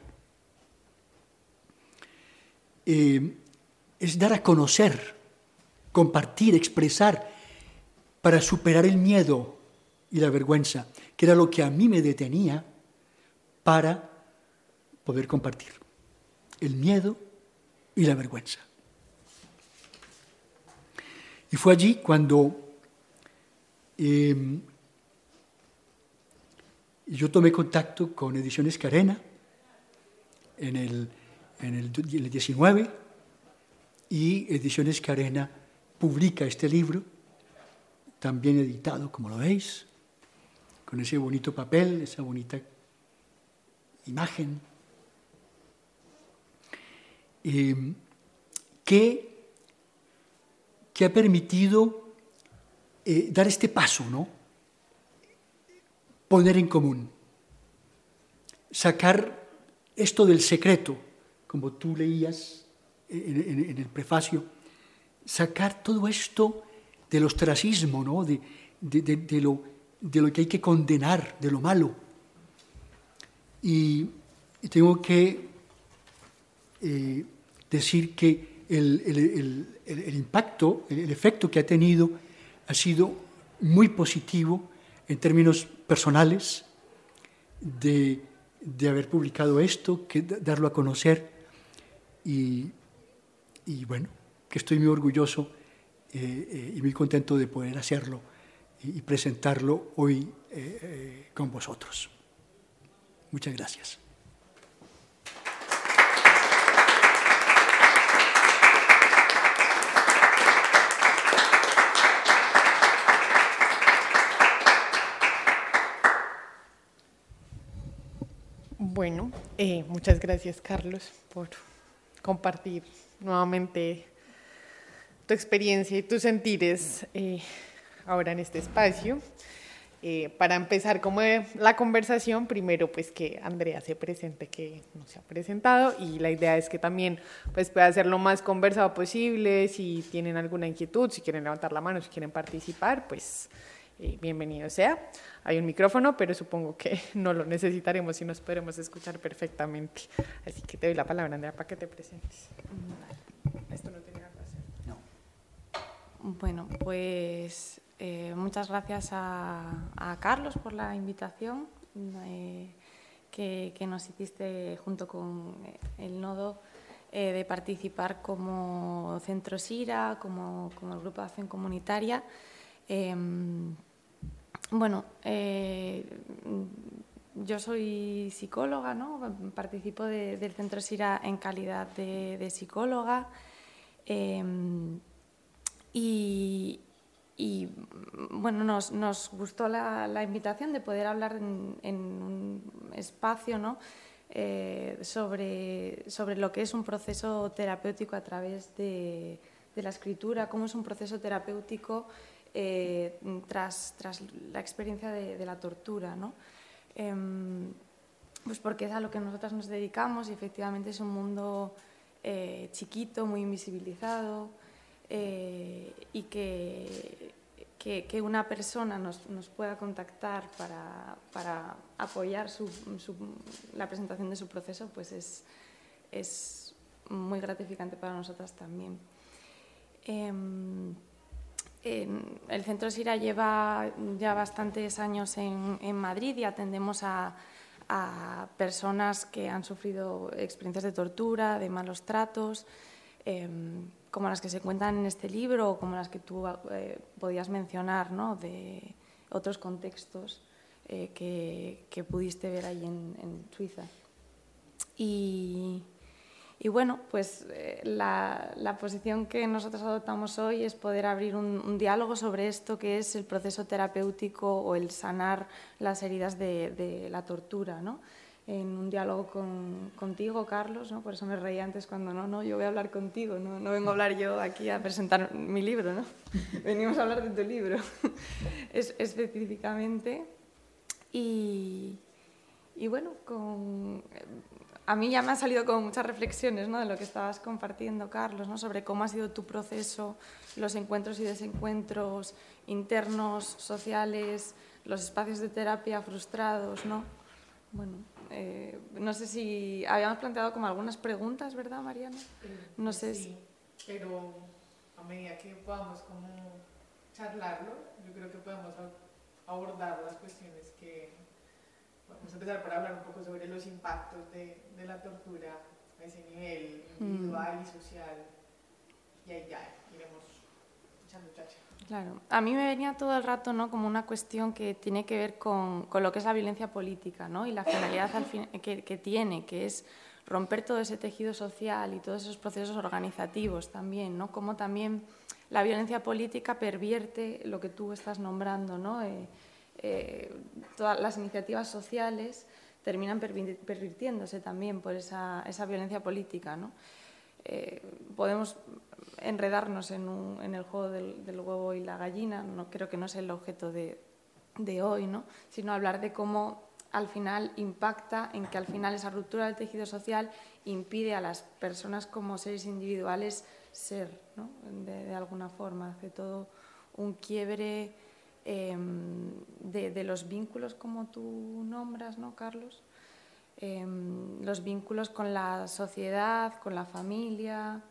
Speaker 6: Eh, es dar a conocer, compartir, expresar, para superar el miedo y la vergüenza, que era lo que a mí me detenía para poder compartir. El miedo y la vergüenza. Y fue allí cuando eh, yo tomé contacto con Ediciones Carena en el En el diecinueve, y Ediciones Carena publica este libro, también editado, como lo veis, con ese bonito papel, esa bonita imagen, eh, que, que ha permitido eh, dar este paso, ¿no? Poner en común, sacar esto del secreto, como tú leías en, en, en el prefacio, sacar todo esto del ostracismo, ¿no? de, de, de, de, lo, de lo que hay que condenar, de lo malo. Y, y tengo que eh, decir que el, el, el, el impacto, el, el efecto que ha tenido ha sido muy positivo en términos personales, de, de haber publicado esto, que darlo a conocer. Y, y bueno, que estoy muy orgulloso eh, eh, y muy contento de poder hacerlo y, y presentarlo hoy eh, eh, con vosotros. Muchas gracias.
Speaker 4: Bueno, eh, muchas gracias, Carlos, por compartir nuevamente tu experiencia y tus sentires eh, ahora en este espacio. Eh, para empezar como la conversación, primero pues que Andrea se presente, que no se ha presentado, y la idea es que también pues pueda ser lo más conversado posible. Si tienen alguna inquietud, si quieren levantar la mano, si quieren participar, pues eh, bienvenido sea. Hay un micrófono, pero supongo que no lo necesitaremos y nos podremos escuchar perfectamente. Así que te doy la palabra, Andrea, para que te presentes. Esto no tiene nada que hacer.
Speaker 6: No.
Speaker 7: Bueno, pues eh, muchas gracias a, a Carlos por la invitación eh, que, que nos hiciste junto con el Nodo eh, de participar como Centro Sira, como, como el Grupo de Acción Comunitaria. Eh, bueno, eh, yo soy psicóloga, ¿no? Participo de, del Centro Sira en calidad de, de psicóloga. Eh, y, y bueno, nos, nos gustó la, la invitación de poder hablar en, en un espacio, ¿no? eh, sobre, sobre lo que es un proceso terapéutico a través de, de la escritura, cómo es un proceso terapéutico eh, tras, tras la experiencia de, de la tortura, ¿no? Eh, pues porque es a lo que nosotras nos dedicamos y efectivamente es un mundo eh, chiquito, muy invisibilizado eh, y que, que, que una persona nos, nos pueda contactar para, para apoyar su, su, la presentación de su proceso, pues es, es muy gratificante para nosotras también. Eh, el Centro Sira lleva ya bastantes años en, en Madrid y atendemos a, a personas que han sufrido experiencias de tortura, de malos tratos, eh, como las que se cuentan en este libro o como las que tú eh, podías mencionar, ¿no? De otros contextos eh, que, que pudiste ver ahí en, en Suiza. Y, y bueno, pues eh, la, la posición que nosotros adoptamos hoy es poder abrir un, un diálogo sobre esto que es el proceso terapéutico o el sanar las heridas de, de la tortura, ¿no? En un diálogo con, contigo, Carlos, ¿no? Por eso me reí antes cuando no, no, yo voy a hablar contigo, no, no vengo a hablar yo aquí a presentar mi libro, ¿no? Venimos a hablar de tu libro es, específicamente. Y, y bueno, con, a mí ya me han salido como muchas reflexiones, ¿no? De lo que estabas compartiendo, Carlos, ¿no? Sobre cómo ha sido tu proceso, los encuentros y desencuentros internos, sociales, los espacios de terapia frustrados, ¿no? Bueno, eh, no sé si habíamos planteado como algunas preguntas, ¿verdad, Mariana? No sé
Speaker 4: sí, si... pero a medida que podamos como charlarlo, yo creo que podemos abordar las cuestiones que... Vamos a empezar por hablar un poco sobre los impactos de, de la tortura a ese nivel individual mm. y social, y ahí ya iremos echando chacha.
Speaker 7: Claro, a mí me venía todo el rato, ¿no? Como una cuestión que tiene que ver con, con lo que es la violencia política, ¿no? Y la finalidad al fin, que, que tiene, que es romper todo ese tejido social y todos esos procesos organizativos también, ¿no? Como también la violencia política pervierte lo que tú estás nombrando, ¿no? Eh, eh, todas las iniciativas sociales terminan pervirtiéndose también por esa, esa violencia política, ¿no? Eh, podemos enredarnos en, un, en el juego del, del huevo y la gallina, no creo que no es el objeto de, de hoy, ¿no? Sino hablar de cómo al final impacta en que al final esa ruptura del tejido social impide a las personas como seres individuales ser, ¿no? de, de alguna forma, hace todo un quiebre eh, de, de los vínculos como tú nombras, ¿no, Carlos? Eh, los vínculos con la sociedad, con la familia,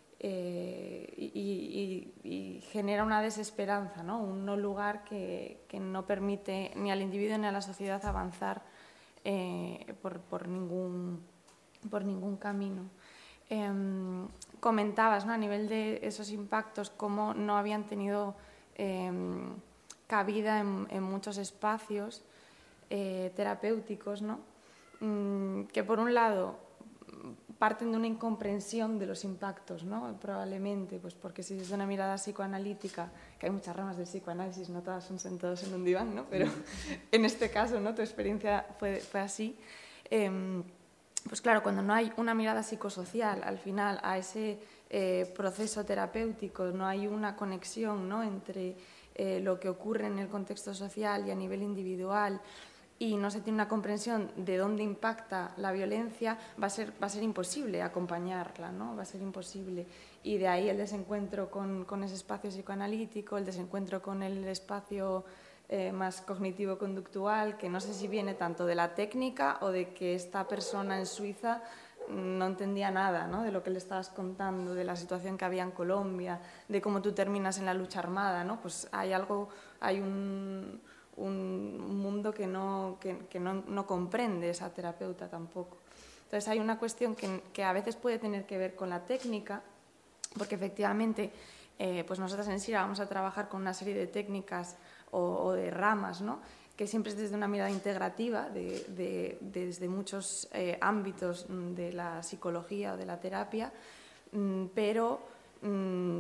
Speaker 7: eh, y, y, y genera una desesperanza, ¿no? Un no lugar que, que no permite ni al individuo ni a la sociedad avanzar eh, por, por, ningún, por ningún camino. Eh, comentabas, ¿no? A nivel de esos impactos, cómo no habían tenido eh, cabida en, en muchos espacios eh, terapéuticos, ¿no? Que por un lado parten de una incomprensión de los impactos, ¿no? Probablemente, pues porque si es de una mirada psicoanalítica, que hay muchas ramas del psicoanálisis, no todas son sentados en un diván, ¿no? Pero en este caso, ¿no? Tu experiencia fue, fue así. Eh, pues claro, cuando no hay una mirada psicosocial al final a ese eh, proceso terapéutico, no hay una conexión, ¿no? Entre eh, lo que ocurre en el contexto social y a nivel individual, y no se tiene una comprensión de dónde impacta la violencia, va a ser, va a ser imposible acompañarla, ¿no? Va a ser imposible. Y de ahí el desencuentro con, con ese espacio psicoanalítico, el desencuentro con el espacio eh, más cognitivo-conductual, que no sé si viene tanto de la técnica o de que esta persona en Suiza no entendía nada, ¿no?, de lo que le estabas contando, de la situación que había en Colombia, de cómo tú terminas en la lucha armada, ¿no? Pues hay algo, hay un, un mundo que, no, que, que no, no comprende esa terapeuta tampoco. Entonces hay una cuestión que, que a veces puede tener que ver con la técnica, porque efectivamente eh, pues nosotras en Sira vamos a trabajar con una serie de técnicas o, o de ramas, ¿no?, que siempre es desde una mirada integrativa, de, de, de, desde muchos eh, ámbitos de la psicología o de la terapia, pero mm,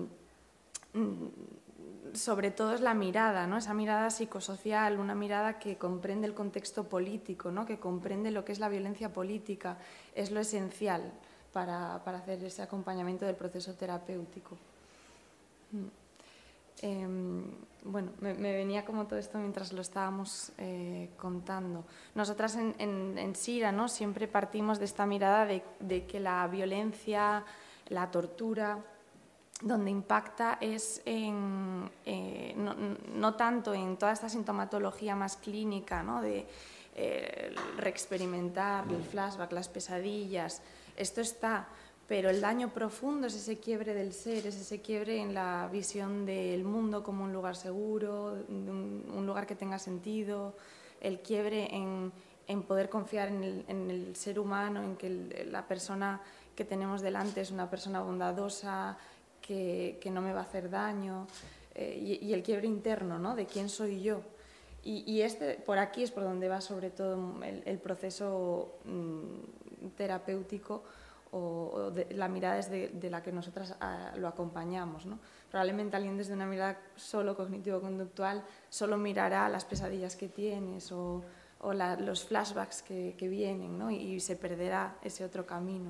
Speaker 7: sobre todo es la mirada, ¿no?, esa mirada psicosocial, una mirada que comprende el contexto político, ¿no?, que comprende lo que es la violencia política, es lo esencial para, para hacer ese acompañamiento del proceso terapéutico. Eh, bueno, me, me venía como todo esto mientras lo estábamos eh, contando. Nosotras en, en, en Sira, ¿no?, siempre partimos de esta mirada de, de que la violencia, la tortura, donde impacta es en, eh, no, no tanto en toda esta sintomatología más clínica, ¿no?, de eh, reexperimentar el flashback, las pesadillas, esto está. Pero el daño profundo es ese quiebre del ser, es ese quiebre en la visión del mundo como un lugar seguro, un, un lugar que tenga sentido, el quiebre en, en poder confiar en el, en el ser humano, en que el, la persona que tenemos delante es una persona bondadosa, que, que no me va a hacer daño, eh, y, y el quiebre interno, ¿no?, de quién soy yo. Y, y este, por aquí es por donde va sobre todo el, el proceso mm, terapéutico, o de, la mirada desde de la que nosotras a, lo acompañamos, ¿no? Probablemente alguien desde una mirada solo cognitivo-conductual solo mirará las pesadillas que tienes o, o la, los flashbacks que, que vienen, ¿no?, y, y se perderá ese otro camino.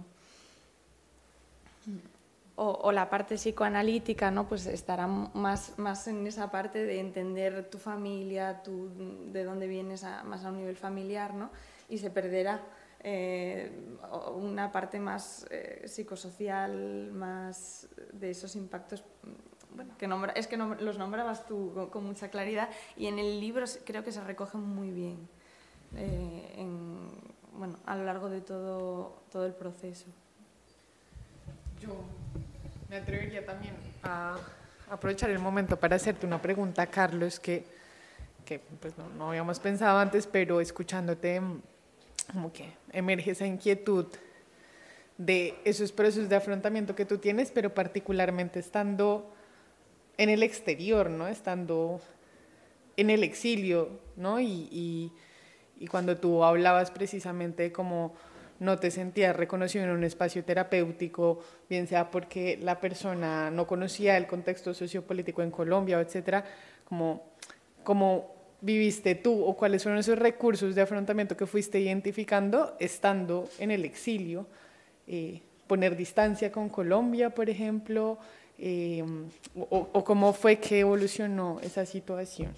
Speaker 7: O, o la parte psicoanalítica, ¿no?, pues estará más, más en esa parte de entender tu familia, tu, de dónde vienes a, más a un nivel familiar, ¿no?, y se perderá Eh, una parte más eh, psicosocial, más de esos impactos, bueno, que nombra, es que no, los nombrabas tú con, con mucha claridad, y en el libro creo que se recogen muy bien eh, en, bueno, a lo largo de todo, todo el proceso.
Speaker 4: Yo me atrevería también a aprovechar el momento para hacerte una pregunta, Carlos, que, que pues no, no habíamos pensado antes, pero escuchándote como que emerge esa inquietud de esos procesos de afrontamiento que tú tienes, pero particularmente estando en el exterior, ¿no?, estando en el exilio, ¿no?, y, y, y cuando tú hablabas precisamente de cómo no te sentías reconocido en un espacio terapéutico, bien sea porque la persona no conocía el contexto sociopolítico en Colombia, etcétera, como, como viviste tú o cuáles son esos recursos de afrontamiento que fuiste identificando estando en el exilio, eh, poner distancia con Colombia, por ejemplo, eh, o, o cómo fue que evolucionó esa situación.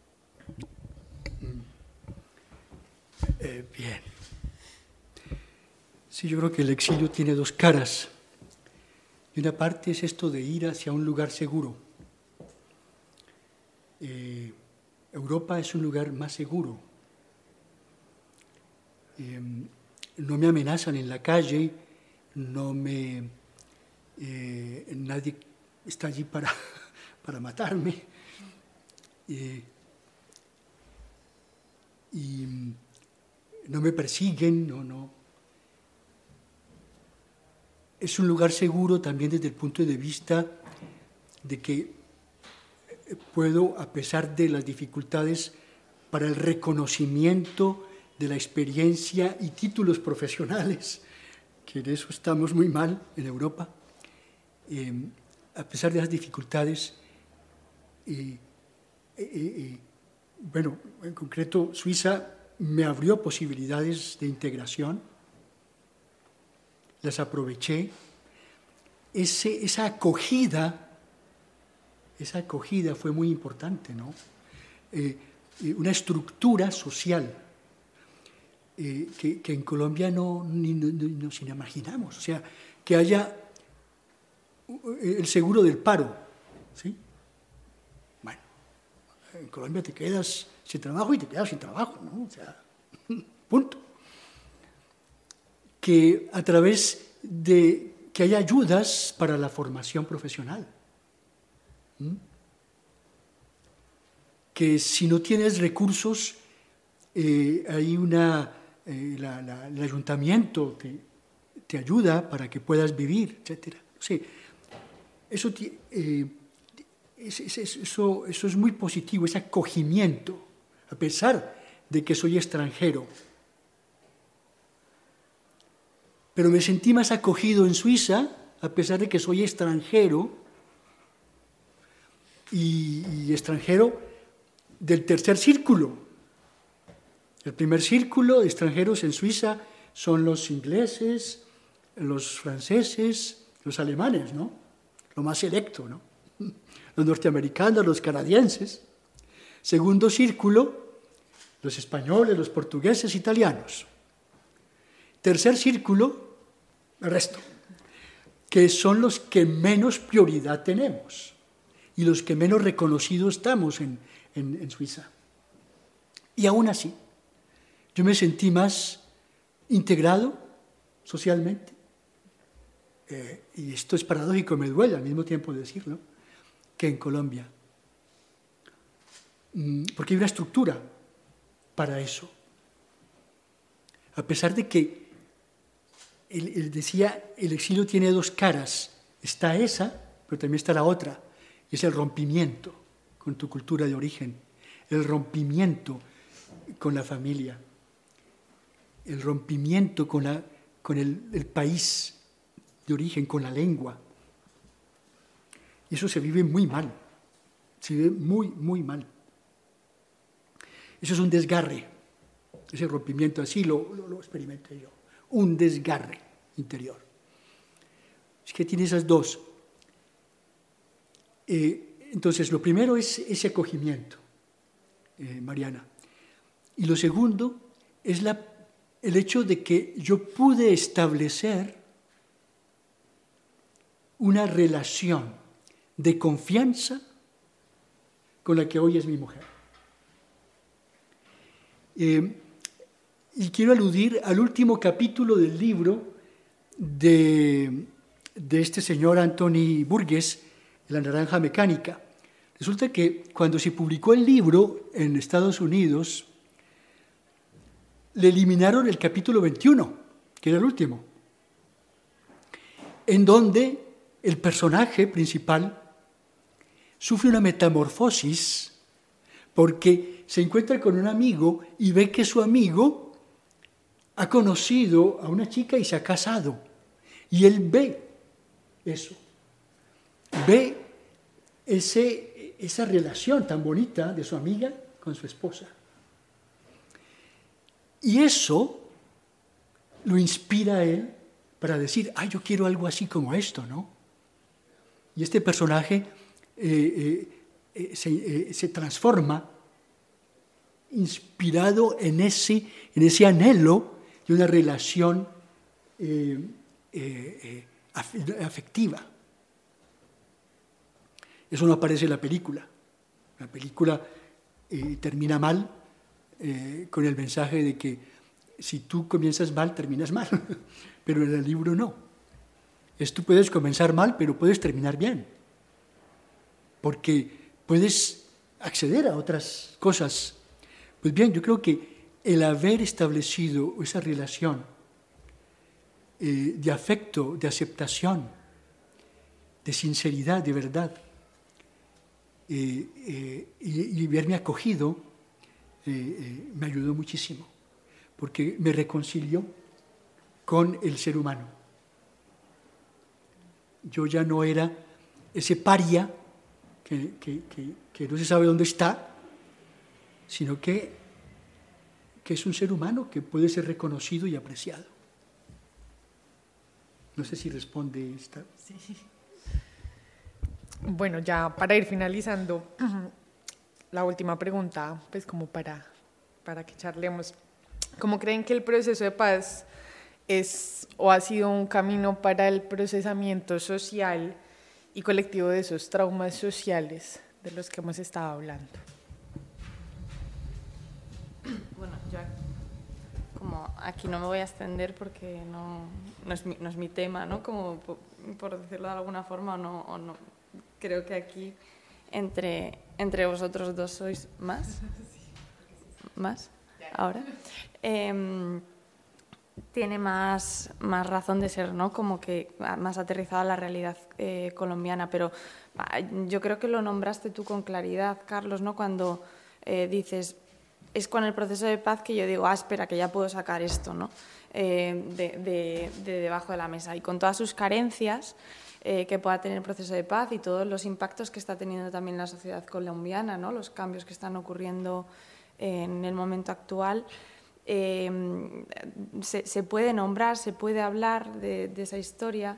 Speaker 6: Eh, bien. Sí, yo creo que el exilio tiene dos caras. Y una parte es esto de ir hacia un lugar seguro. Eh, Europa es un lugar más seguro. Eh, no me amenazan en la calle, no me, eh, nadie está allí para, para matarme. Eh, y no me persiguen, no, no. Es un lugar seguro también desde el punto de vista de que puedo, a pesar de las dificultades para el reconocimiento de la experiencia y títulos profesionales, que en eso estamos muy mal en Europa, eh, a pesar de las dificultades, eh, eh, eh, bueno, en concreto Suiza me abrió posibilidades de integración, las aproveché, Ese, esa acogida, esa acogida fue muy importante, ¿no? Eh, una estructura social eh, que, que en Colombia no, ni, no, no nos imaginamos, o sea, que haya el seguro del paro, ¿sí? Bueno, En Colombia te quedas sin trabajo y te quedas sin trabajo, ¿no? O sea, punto. Que a través de que haya ayudas para la formación profesional. ¿Mm? Que si no tienes recursos, eh, hay una, eh, la, la, el ayuntamiento te, te ayuda para que puedas vivir, etcétera. O sea, eso, eh, es, es, eso, eso es muy positivo, ese acogimiento, a pesar de que soy extranjero. Pero me sentí más acogido en Suiza, a pesar de que soy extranjero, y, y extranjero del tercer círculo. El primer círculo de extranjeros en Suiza son los ingleses, los franceses, los alemanes, ¿no? Lo más selecto, ¿no? Los norteamericanos, los canadienses. Segundo círculo, los españoles, los portugueses, italianos. Tercer círculo, el resto, que son los que menos prioridad tenemos y los que menos reconocidos estamos en, en, en Suiza. Y aún así, yo me sentí más integrado socialmente, eh, y esto es paradójico, me duele al mismo tiempo decirlo, que en Colombia. Mm, porque hay una estructura para eso. A pesar de que él, él decía, el exilio tiene dos caras, está esa, pero también está la otra, y es el rompimiento con tu cultura de origen, el rompimiento con la familia, el rompimiento con, la, con el, el país de origen, con la lengua. Y eso se vive muy mal, se vive muy, muy mal. Eso es un desgarre, ese rompimiento, así lo, lo, lo experimenté yo, un desgarre interior. Es que tiene esas dos. Eh, entonces, lo primero es ese acogimiento, eh, Mariana. Y lo segundo es la, el hecho de que yo pude establecer una relación de confianza con la que hoy es mi mujer. Eh, y quiero aludir al último capítulo del libro de, de este señor Anthony Burgess, La naranja mecánica. Resulta que cuando se publicó el libro en Estados Unidos, le eliminaron el capítulo veintiuno, que era el último, en donde el personaje principal sufre una metamorfosis porque se encuentra con un amigo y ve que su amigo ha conocido a una chica y se ha casado. Y él ve eso, ve ese, esa relación tan bonita de su amiga con su esposa. Y eso lo inspira a él para decir, ah, yo quiero algo así como esto, ¿no? Y este personaje eh, eh, se, eh, se transforma inspirado en ese, en ese anhelo de una relación eh, eh, eh, afectiva. Eso no aparece en la película. La película eh, termina mal, eh, con el mensaje de que si tú comienzas mal, terminas mal. Pero en el libro no. Es, tú puedes comenzar mal, pero puedes terminar bien. Porque puedes acceder a otras cosas. Pues bien, yo creo que el haber establecido esa relación eh, de afecto, de aceptación, de sinceridad, de verdad, eh, eh, y, y verme acogido, eh, eh, me ayudó muchísimo, porque me reconcilió con el ser humano. Yo ya no era ese paria que, que, que, que no se sabe dónde está, sino que, que es un ser humano que puede ser reconocido y apreciado. No sé si responde esta.
Speaker 4: Sí. Bueno, ya para ir finalizando, la última pregunta, pues como para, para que charlemos. ¿Cómo creen que el proceso de paz es o ha sido un camino para el procesamiento social y colectivo de esos traumas sociales de los que hemos estado hablando?
Speaker 7: aquí no me voy a extender porque no, no, es, mi, no es mi tema, ¿no? Como por, por decirlo de alguna forma, o no, o no. Creo que aquí entre, entre vosotros dos sois más. ¿Más? Ahora. Eh, tiene más, más razón de ser, ¿no? Como que más aterrizada a la realidad eh, colombiana. Pero yo creo que lo nombraste tú con claridad, Carlos, ¿no? Cuando eh, dices, es con el proceso de paz que yo digo, ah, espera, que ya puedo sacar esto, ¿no? Eh, de, de, de debajo de la mesa. Y con todas sus carencias eh, que pueda tener el proceso de paz y todos los impactos que está teniendo también la sociedad colombiana, ¿no? Los cambios que están ocurriendo en el momento actual, eh, se, se puede nombrar, se puede hablar de, de esa historia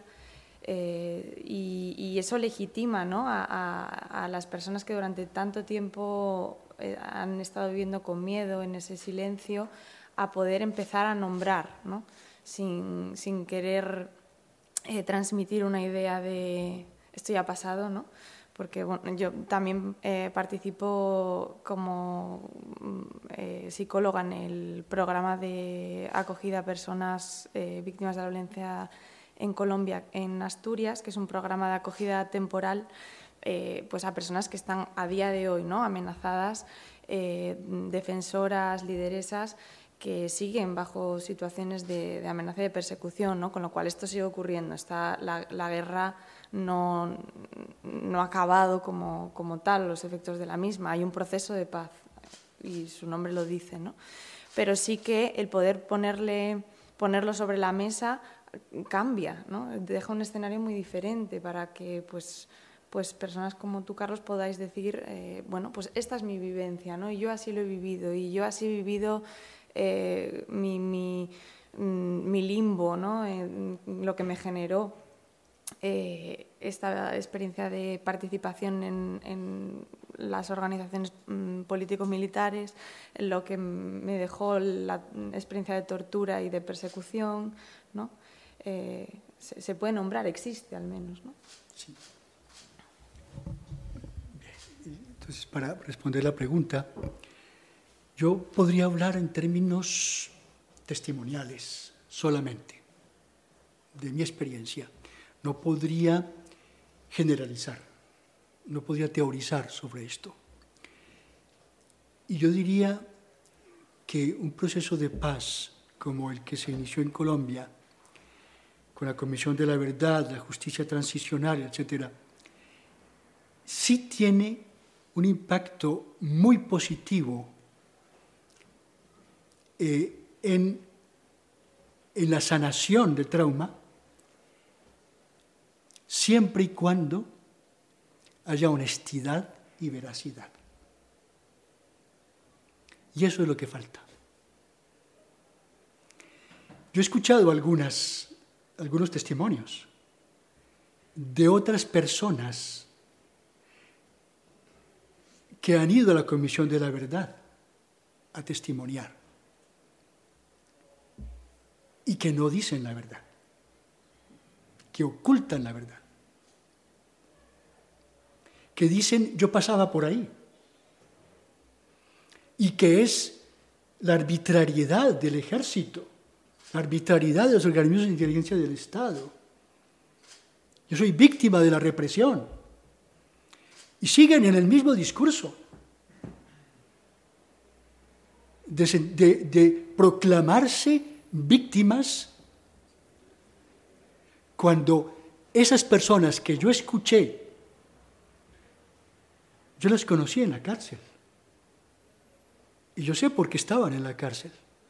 Speaker 7: eh, y, y eso legitima, ¿no? a, a, a las personas que durante tanto tiempo eh, han estado viviendo con miedo en ese silencio a poder empezar a nombrar, ¿no? sin, sin querer eh, transmitir una idea de esto ya ha pasado, ¿no? Porque bueno, yo también eh, participo como eh, psicóloga en el programa de acogida a personas eh, víctimas de la violencia en Colombia, en Asturias, que es un programa de acogida temporal eh, pues a personas que están a día de hoy, ¿no? amenazadas, eh, defensoras, lideresas, que siguen bajo situaciones de, de amenaza y de persecución, ¿no? Con lo cual esto sigue ocurriendo. Está la, la guerra no, no ha acabado como, como tal, los efectos de la misma. Hay un proceso de paz y su nombre lo dice, ¿no? Pero sí que el poder ponerle, ponerlo sobre la mesa cambia, ¿no? Deja un escenario muy diferente para que pues, pues personas como tú, Carlos, podáis decir, eh, bueno, pues esta es mi vivencia, ¿no? Y yo así lo he vivido y yo así he vivido eh, mi, mi, mi limbo, ¿no? Eh, lo que me generó eh, esta experiencia de participación en, en las organizaciones mm, político-militares, lo que me dejó la experiencia de tortura y de persecución, ¿no? Eh, se, se puede nombrar, existe al menos, ¿no?
Speaker 6: Sí. Entonces, para responder la pregunta, yo podría hablar en términos testimoniales solamente, de mi experiencia. No podría generalizar, no podría teorizar sobre esto. Y yo diría que un proceso de paz como el que se inició en Colombia, con la Comisión de la Verdad, la justicia transicional, etcétera, sí tiene un impacto muy positivo eh, en, en la sanación del trauma, siempre y cuando haya honestidad y veracidad. Y eso es lo que falta. Yo he escuchado algunas, algunos testimonios de otras personas que han ido a la Comisión de la Verdad a testimoniar y que no dicen la verdad, que ocultan la verdad, que dicen yo pasaba por ahí, y que es la arbitrariedad del ejército, la arbitrariedad de los organismos de inteligencia del Estado. Yo soy víctima de la represión. Y siguen en el mismo discurso de, de, de proclamarse víctimas cuando esas personas que yo escuché, yo las conocí en la cárcel. Y yo sé por qué estaban en la cárcel.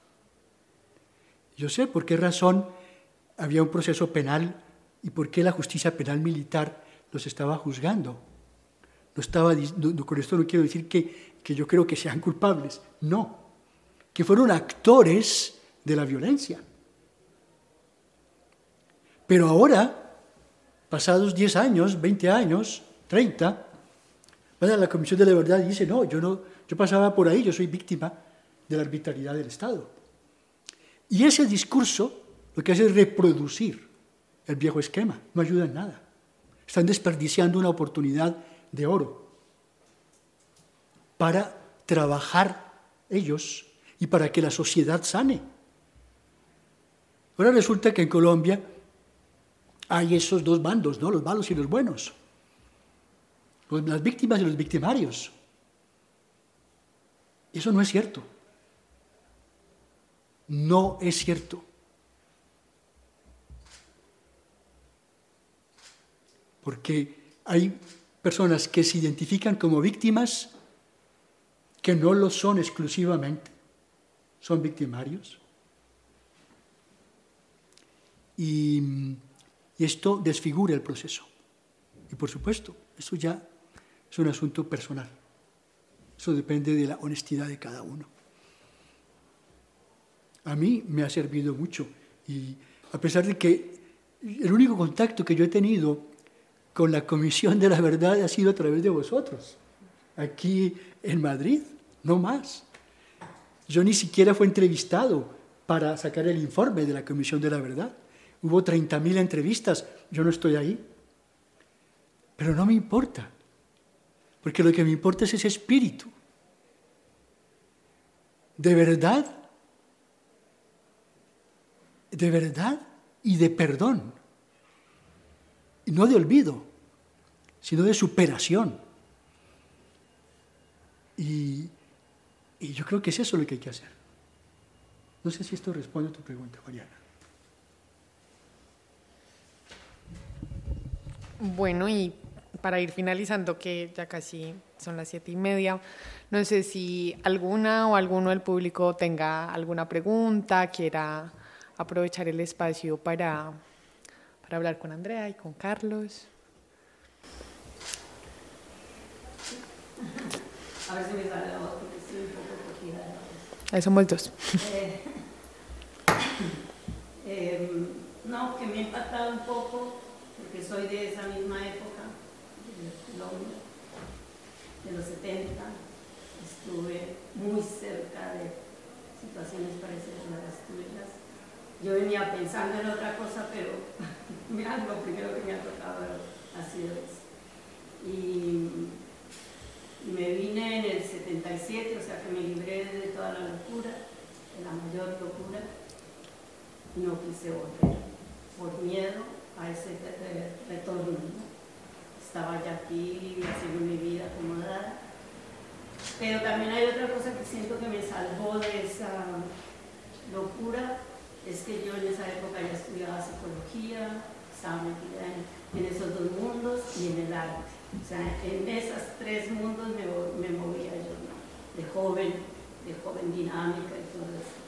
Speaker 6: Yo sé por qué razón había un proceso penal y por qué la justicia penal militar los estaba juzgando. No estaba, no, con esto no quiero decir que, que yo creo que sean culpables, no, que fueron actores de la violencia. Pero ahora, pasados diez años, veinte años, treinta, bueno, la Comisión de la Verdad dice, no, yo, no, yo pasaba por ahí, yo soy víctima de la arbitrariedad del Estado. Y ese discurso lo que hace es reproducir el viejo esquema, no ayuda en nada. Están desperdiciando una oportunidad de oro para trabajar ellos y para que la sociedad sane. Pero resulta que en Colombia hay esos dos bandos, ¿no? Los malos y los buenos. Las víctimas y los victimarios. Eso no es cierto. No es cierto. Porque hay personas que se identifican como víctimas que no lo son exclusivamente, son victimarios. Y, y esto desfigura el proceso. Y por supuesto, eso ya es un asunto personal. Eso depende de la honestidad de cada uno. A mí me ha servido mucho. Y a pesar de que el único contacto que yo he tenido con la Comisión de la Verdad ha sido a través de vosotros, aquí en Madrid, no más. Yo ni siquiera fui entrevistado para sacar el informe de la Comisión de la Verdad. Hubo treinta mil entrevistas, yo no estoy ahí. Pero no me importa, porque lo que me importa es ese espíritu de verdad, de verdad y de perdón. Y no de olvido, sino de superación. Y, y yo creo que es eso lo que hay que hacer. No sé si esto responde a tu pregunta, Mariana.
Speaker 4: Bueno, y para ir finalizando, que ya casi son las siete y media, no sé si alguna o alguno del público tenga alguna pregunta, quiera aprovechar el espacio para, para hablar con Andrea y con Carlos.
Speaker 8: A ver si me sale la voz porque estoy un poco cogida.
Speaker 4: Ahí somos dos.
Speaker 8: Eh, eh, no, que me ha impactado un poco porque soy de esa misma época, de Colombia, de los setenta. Estuve muy cerca de situaciones parecidas a las tuyas. Yo venía pensando en otra cosa, pero mira, lo primero que me ha tocado ha sido eso. Y me vine en el setenta y siete, o sea que me libré de toda la locura, de la mayor locura, y no quise volver, por miedo a ese retorno, ¿no? Estaba ya aquí haciendo mi vida acomodada, pero también hay otra cosa que siento que me salvó de esa locura, es que yo en esa época ya estudiaba psicología, estaba metida en, en esos dos mundos y en el arte. O sea, en esos tres mundos me, me movía yo, ¿no? De joven, de joven dinámica y todo eso.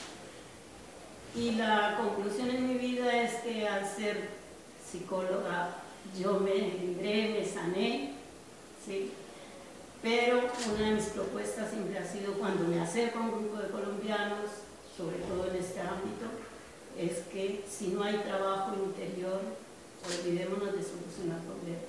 Speaker 8: Y la conclusión en mi vida es que al ser psicóloga yo me libré, me sané, ¿sí? Pero una de mis propuestas siempre ha sido, cuando me acerco a un grupo de colombianos, sobre todo en este ámbito, es que si no hay trabajo interior, olvidémonos de solucionar problemas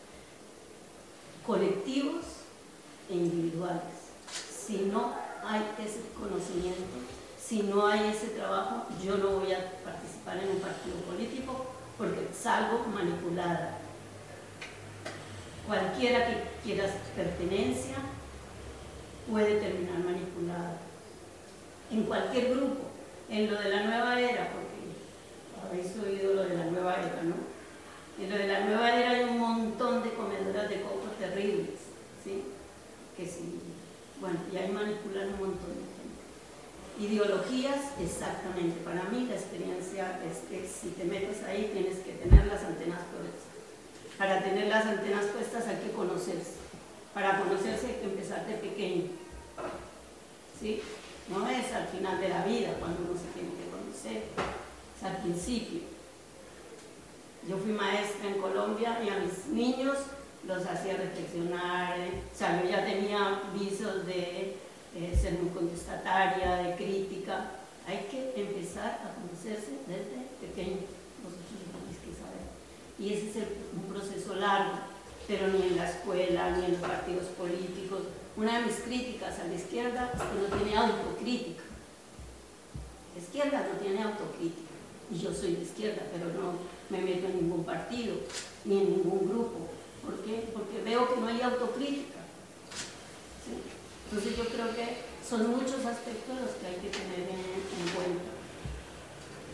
Speaker 8: colectivos e individuales. Si no hay ese conocimiento, si no hay ese trabajo, yo no voy a participar en un partido político porque salgo manipulada. Cualquiera que quiera pertenencia puede terminar manipulada. En cualquier grupo, en lo de la nueva era, porque habéis oído lo de la nueva era, ¿no? En lo de la nueva era hay un montón de comedoras de coco terribles, ¿sí? Que sí, bueno, y ahí manipulan un montón de gente. Ideologías, exactamente. Para mí la experiencia es que si te metes ahí tienes que tener las antenas puestas. Para tener las antenas puestas hay que conocerse. Para conocerse hay que empezar de pequeño, ¿sí? No es al final de la vida cuando uno se tiene que conocer, es al principio. Yo fui maestra en Colombia y a mis niños los hacía reflexionar, eh, o sea, yo ya tenía visos de eh, ser muy contestataria, de crítica. Hay que empezar a conocerse desde pequeño, vosotros lo tenéis que saber. Y ese es el, un proceso largo, pero ni en la escuela, ni en los partidos políticos. Una de mis críticas a la izquierda es que no tiene autocrítica. La izquierda no tiene autocrítica. Y yo soy de izquierda, pero no me meto en ningún partido, ni en ningún grupo. ¿Por qué? Porque veo que no hay autocrítica, ¿sí? Entonces yo creo que son muchos aspectos los que hay que tener en, en cuenta.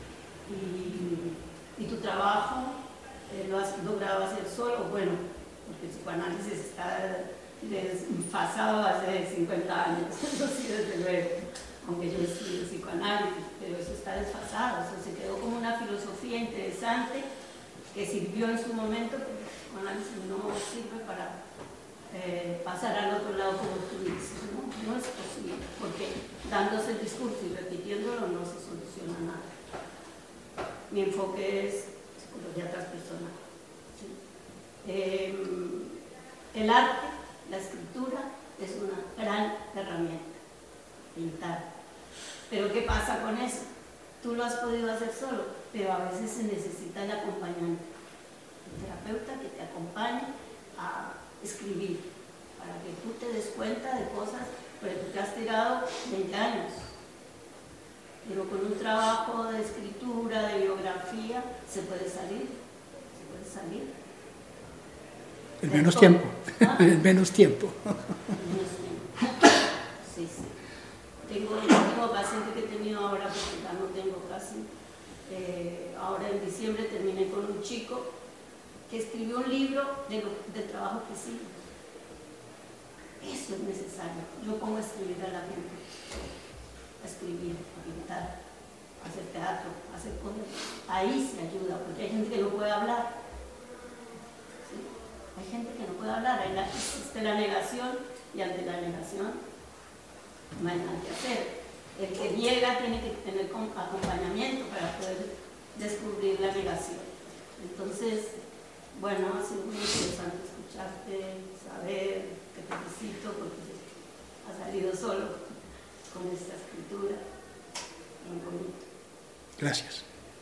Speaker 8: Y, y tu trabajo eh, lo has logrado hacer solo, bueno, porque el psicoanálisis está desfasado hace cincuenta años, eso sí, desde luego, aunque yo estudio psicoanálisis, pero eso está desfasado, eso se quedó como una filosofía interesante que sirvió en su momento, pero el psicoanálisis no sirve para eh, pasar al otro lado como tú dices, ¿no? No es posible, porque dándose el discurso y repitiéndolo no se soluciona nada. Mi enfoque es psicología transpersonal. ¿Sí? Eh, el arte, la escritura, es una gran herramienta, pintar. Pero ¿qué pasa con eso? Tú lo has podido hacer solo, pero a veces se necesita el acompañante, el terapeuta que te acompañe a escribir, para que tú te des cuenta de cosas por las que te has tirado veinte años. Pero con un trabajo de escritura, de biografía, se puede salir, se puede salir.
Speaker 6: En menos tiempo,
Speaker 8: ¿Ah?
Speaker 6: en menos tiempo.
Speaker 8: Menos tiempo. Sí, sí. Tengo el último paciente que he tenido ahora, porque ya no tengo casi. Eh, ahora en diciembre terminé con un chico que escribió un libro de lo, del trabajo que sigue. Eso es necesario. Yo pongo a escribir a la gente. A escribir, a pintar, a hacer teatro, a hacer cosas. Ahí se ayuda, porque hay gente que no puede hablar. ¿Sí? Hay gente que no puede hablar. Hay la, existe la negación y ante la negación no hay nada que hacer. El que niega tiene que tener acompañamiento para poder descubrir la negación. Entonces, bueno, ha sido muy interesante escucharte, saber, que te felicito porque has salido solo con esta escritura. Muy bonito.
Speaker 6: Gracias.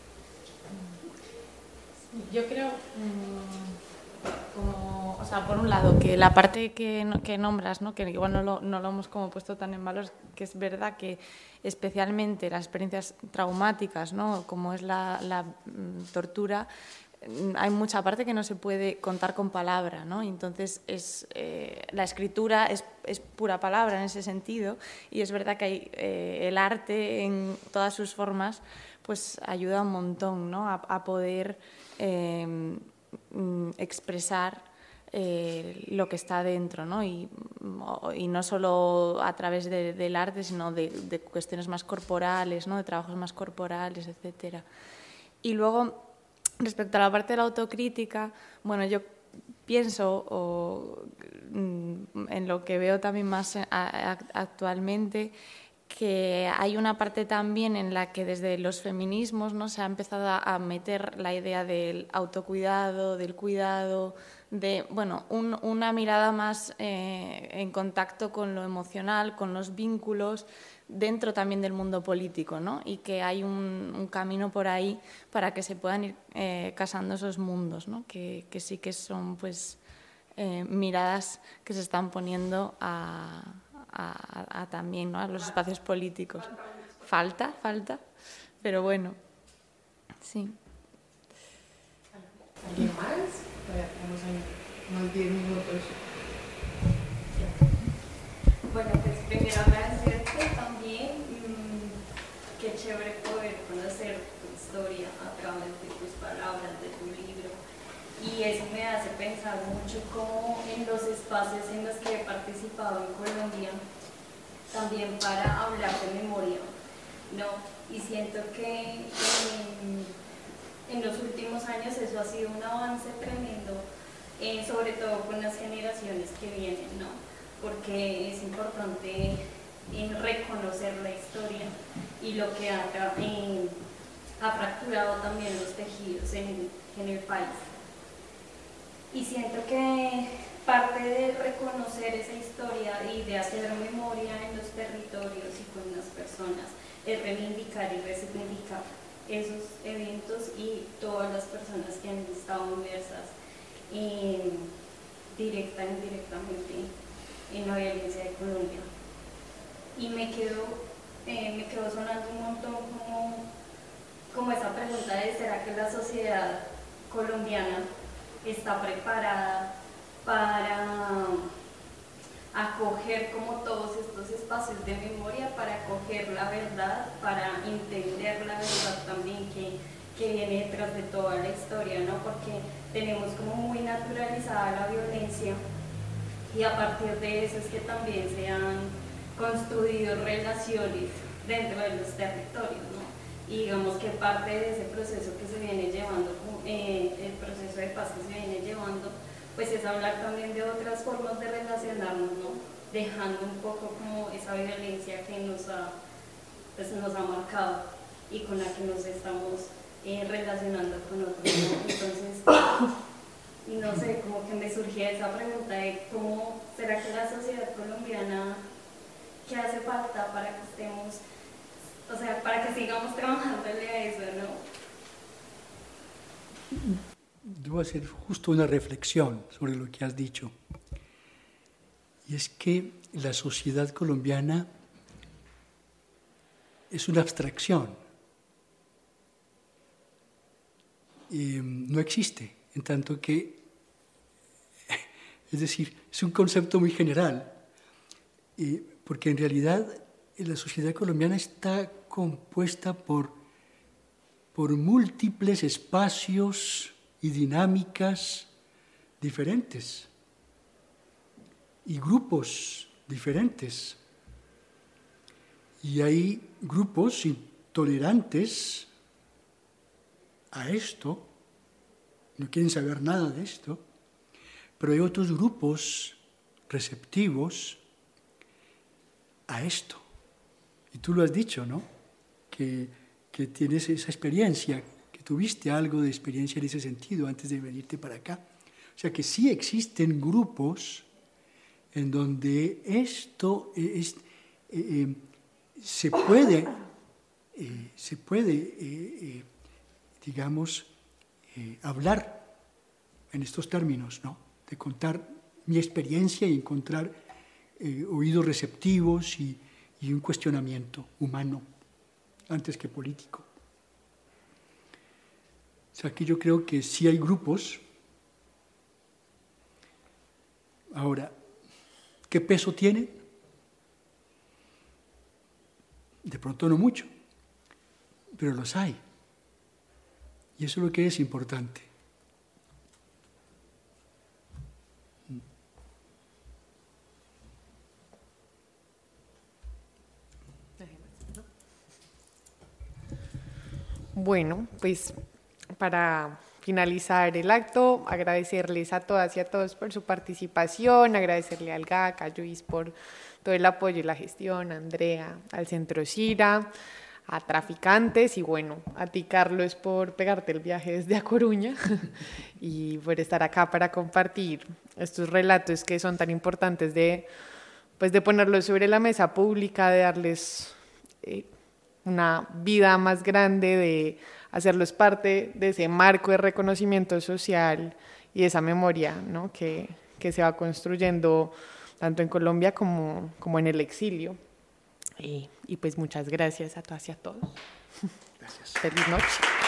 Speaker 7: Yo creo, mmm, como, o sea, por un lado, que la parte que, que nombras, ¿no? Que igual no lo, no lo hemos como puesto tan en valor, que es verdad que especialmente las experiencias traumáticas, ¿no? Como es la, la mmm, tortura, hay mucha parte que no se puede contar con palabra, ¿no? Entonces es, eh, la escritura es, es pura palabra en ese sentido, y es verdad que hay, eh, el arte en todas sus formas pues ayuda un montón, ¿no? a, a poder eh, expresar eh, lo que está dentro, ¿no? Y, y no solo a través de, del arte, sino de, de cuestiones más corporales, ¿no? De trabajos más corporales, etcétera. Y luego, respecto a la parte de la autocrítica, bueno, yo pienso o, en lo que veo también más a, a, actualmente, que hay una parte también en la que desde los feminismos, ¿no? se ha empezado a meter la idea del autocuidado, del cuidado, de bueno, un, una mirada más eh, en contacto con lo emocional, con los vínculos, dentro también del mundo político, ¿no? Y que hay un, un camino por ahí para que se puedan ir eh, casando esos mundos, ¿no? que, que sí que son pues eh, miradas que se están poniendo a, a, a también, ¿no? a los espacios políticos. Falta, falta, pero bueno, sí.
Speaker 9: ¿Alguien más? Vamos a unos diez minutos.
Speaker 10: Bueno, pues primero agradecerte también, mmm, qué chévere poder conocer tu historia a través de tus palabras, de tu libro, y eso me hace pensar mucho cómo en los espacios en los que he participado en Colombia, también para hablar de memoria, ¿no? Y siento que en, en los últimos años eso ha sido un avance tremendo, eh, sobre todo con las generaciones que vienen, ¿no? Porque es importante en reconocer la historia y lo que ha, en, ha fracturado también los tejidos en, en el país. Y siento que parte de reconocer esa historia y de hacer memoria en los territorios y con las personas es reivindicar y resignificar esos eventos y todas las personas que han estado inmersas en, directa e indirectamente en la violencia de Colombia. Y me quedó, eh, me quedó sonando un montón como, como esa pregunta de ¿será que la sociedad colombiana está preparada para acoger como todos estos espacios de memoria, para acoger la verdad, para entender la verdad también que que viene detrás de toda la historia, ¿no? Porque tenemos como muy naturalizada la violencia y a partir de eso es que también se han construido relaciones dentro de los territorios, ¿no? Y digamos que parte de ese proceso que se viene llevando, eh, el proceso de paz que se viene llevando, pues es hablar también de otras formas de relacionarnos, ¿no? Dejando un poco como esa violencia que nos ha, pues nos ha marcado y con la que nos estamos eh, relacionando con otros, ¿no? Entonces, no sé, como que me surgía esa pregunta de cómo será que la sociedad colombiana, qué hace falta para que estemos, o sea, para que sigamos trabajándole a eso, ¿no?
Speaker 6: Debo hacer justo una reflexión sobre lo que has dicho. Y es que la sociedad colombiana es una abstracción. Eh, no existe, en tanto que, es decir, es un concepto muy general, eh, porque en realidad la sociedad colombiana está compuesta por, por múltiples espacios y dinámicas diferentes y grupos diferentes. Y hay grupos intolerantes a esto, no quieren saber nada de esto, pero hay otros grupos receptivos a esto. Y tú lo has dicho, ¿no? Que, que tienes esa experiencia, que tuviste algo de experiencia en ese sentido antes de venirte para acá. O sea que sí existen grupos en donde esto es, eh, eh, se puede, eh, se puede eh, eh, digamos, eh, hablar en estos términos, ¿no? De contar mi experiencia y encontrar eh, oídos receptivos y, y un cuestionamiento humano antes que político. O sea, que yo creo que sí hay grupos. Ahora, ¿qué peso tienen? De pronto no mucho, pero los hay. Y eso es lo que es importante.
Speaker 4: Bueno, pues para finalizar el acto, agradecerles a todas y a todos por su participación, agradecerle al G A C, a Luis por todo el apoyo y la gestión, a Andrea, al Centro Cira, a Traficantes y bueno, a ti Carlos por pegarte el viaje desde A Coruña y por estar acá para compartir estos relatos que son tan importantes de, pues de ponerlos sobre la mesa pública, de darles eh, una vida más grande, de hacerlos parte de ese marco de reconocimiento social y esa memoria, ¿no? que, que se va construyendo tanto en Colombia como, como en el exilio. Y, y pues muchas gracias a todas y a todos.
Speaker 6: Gracias.
Speaker 4: Feliz noche.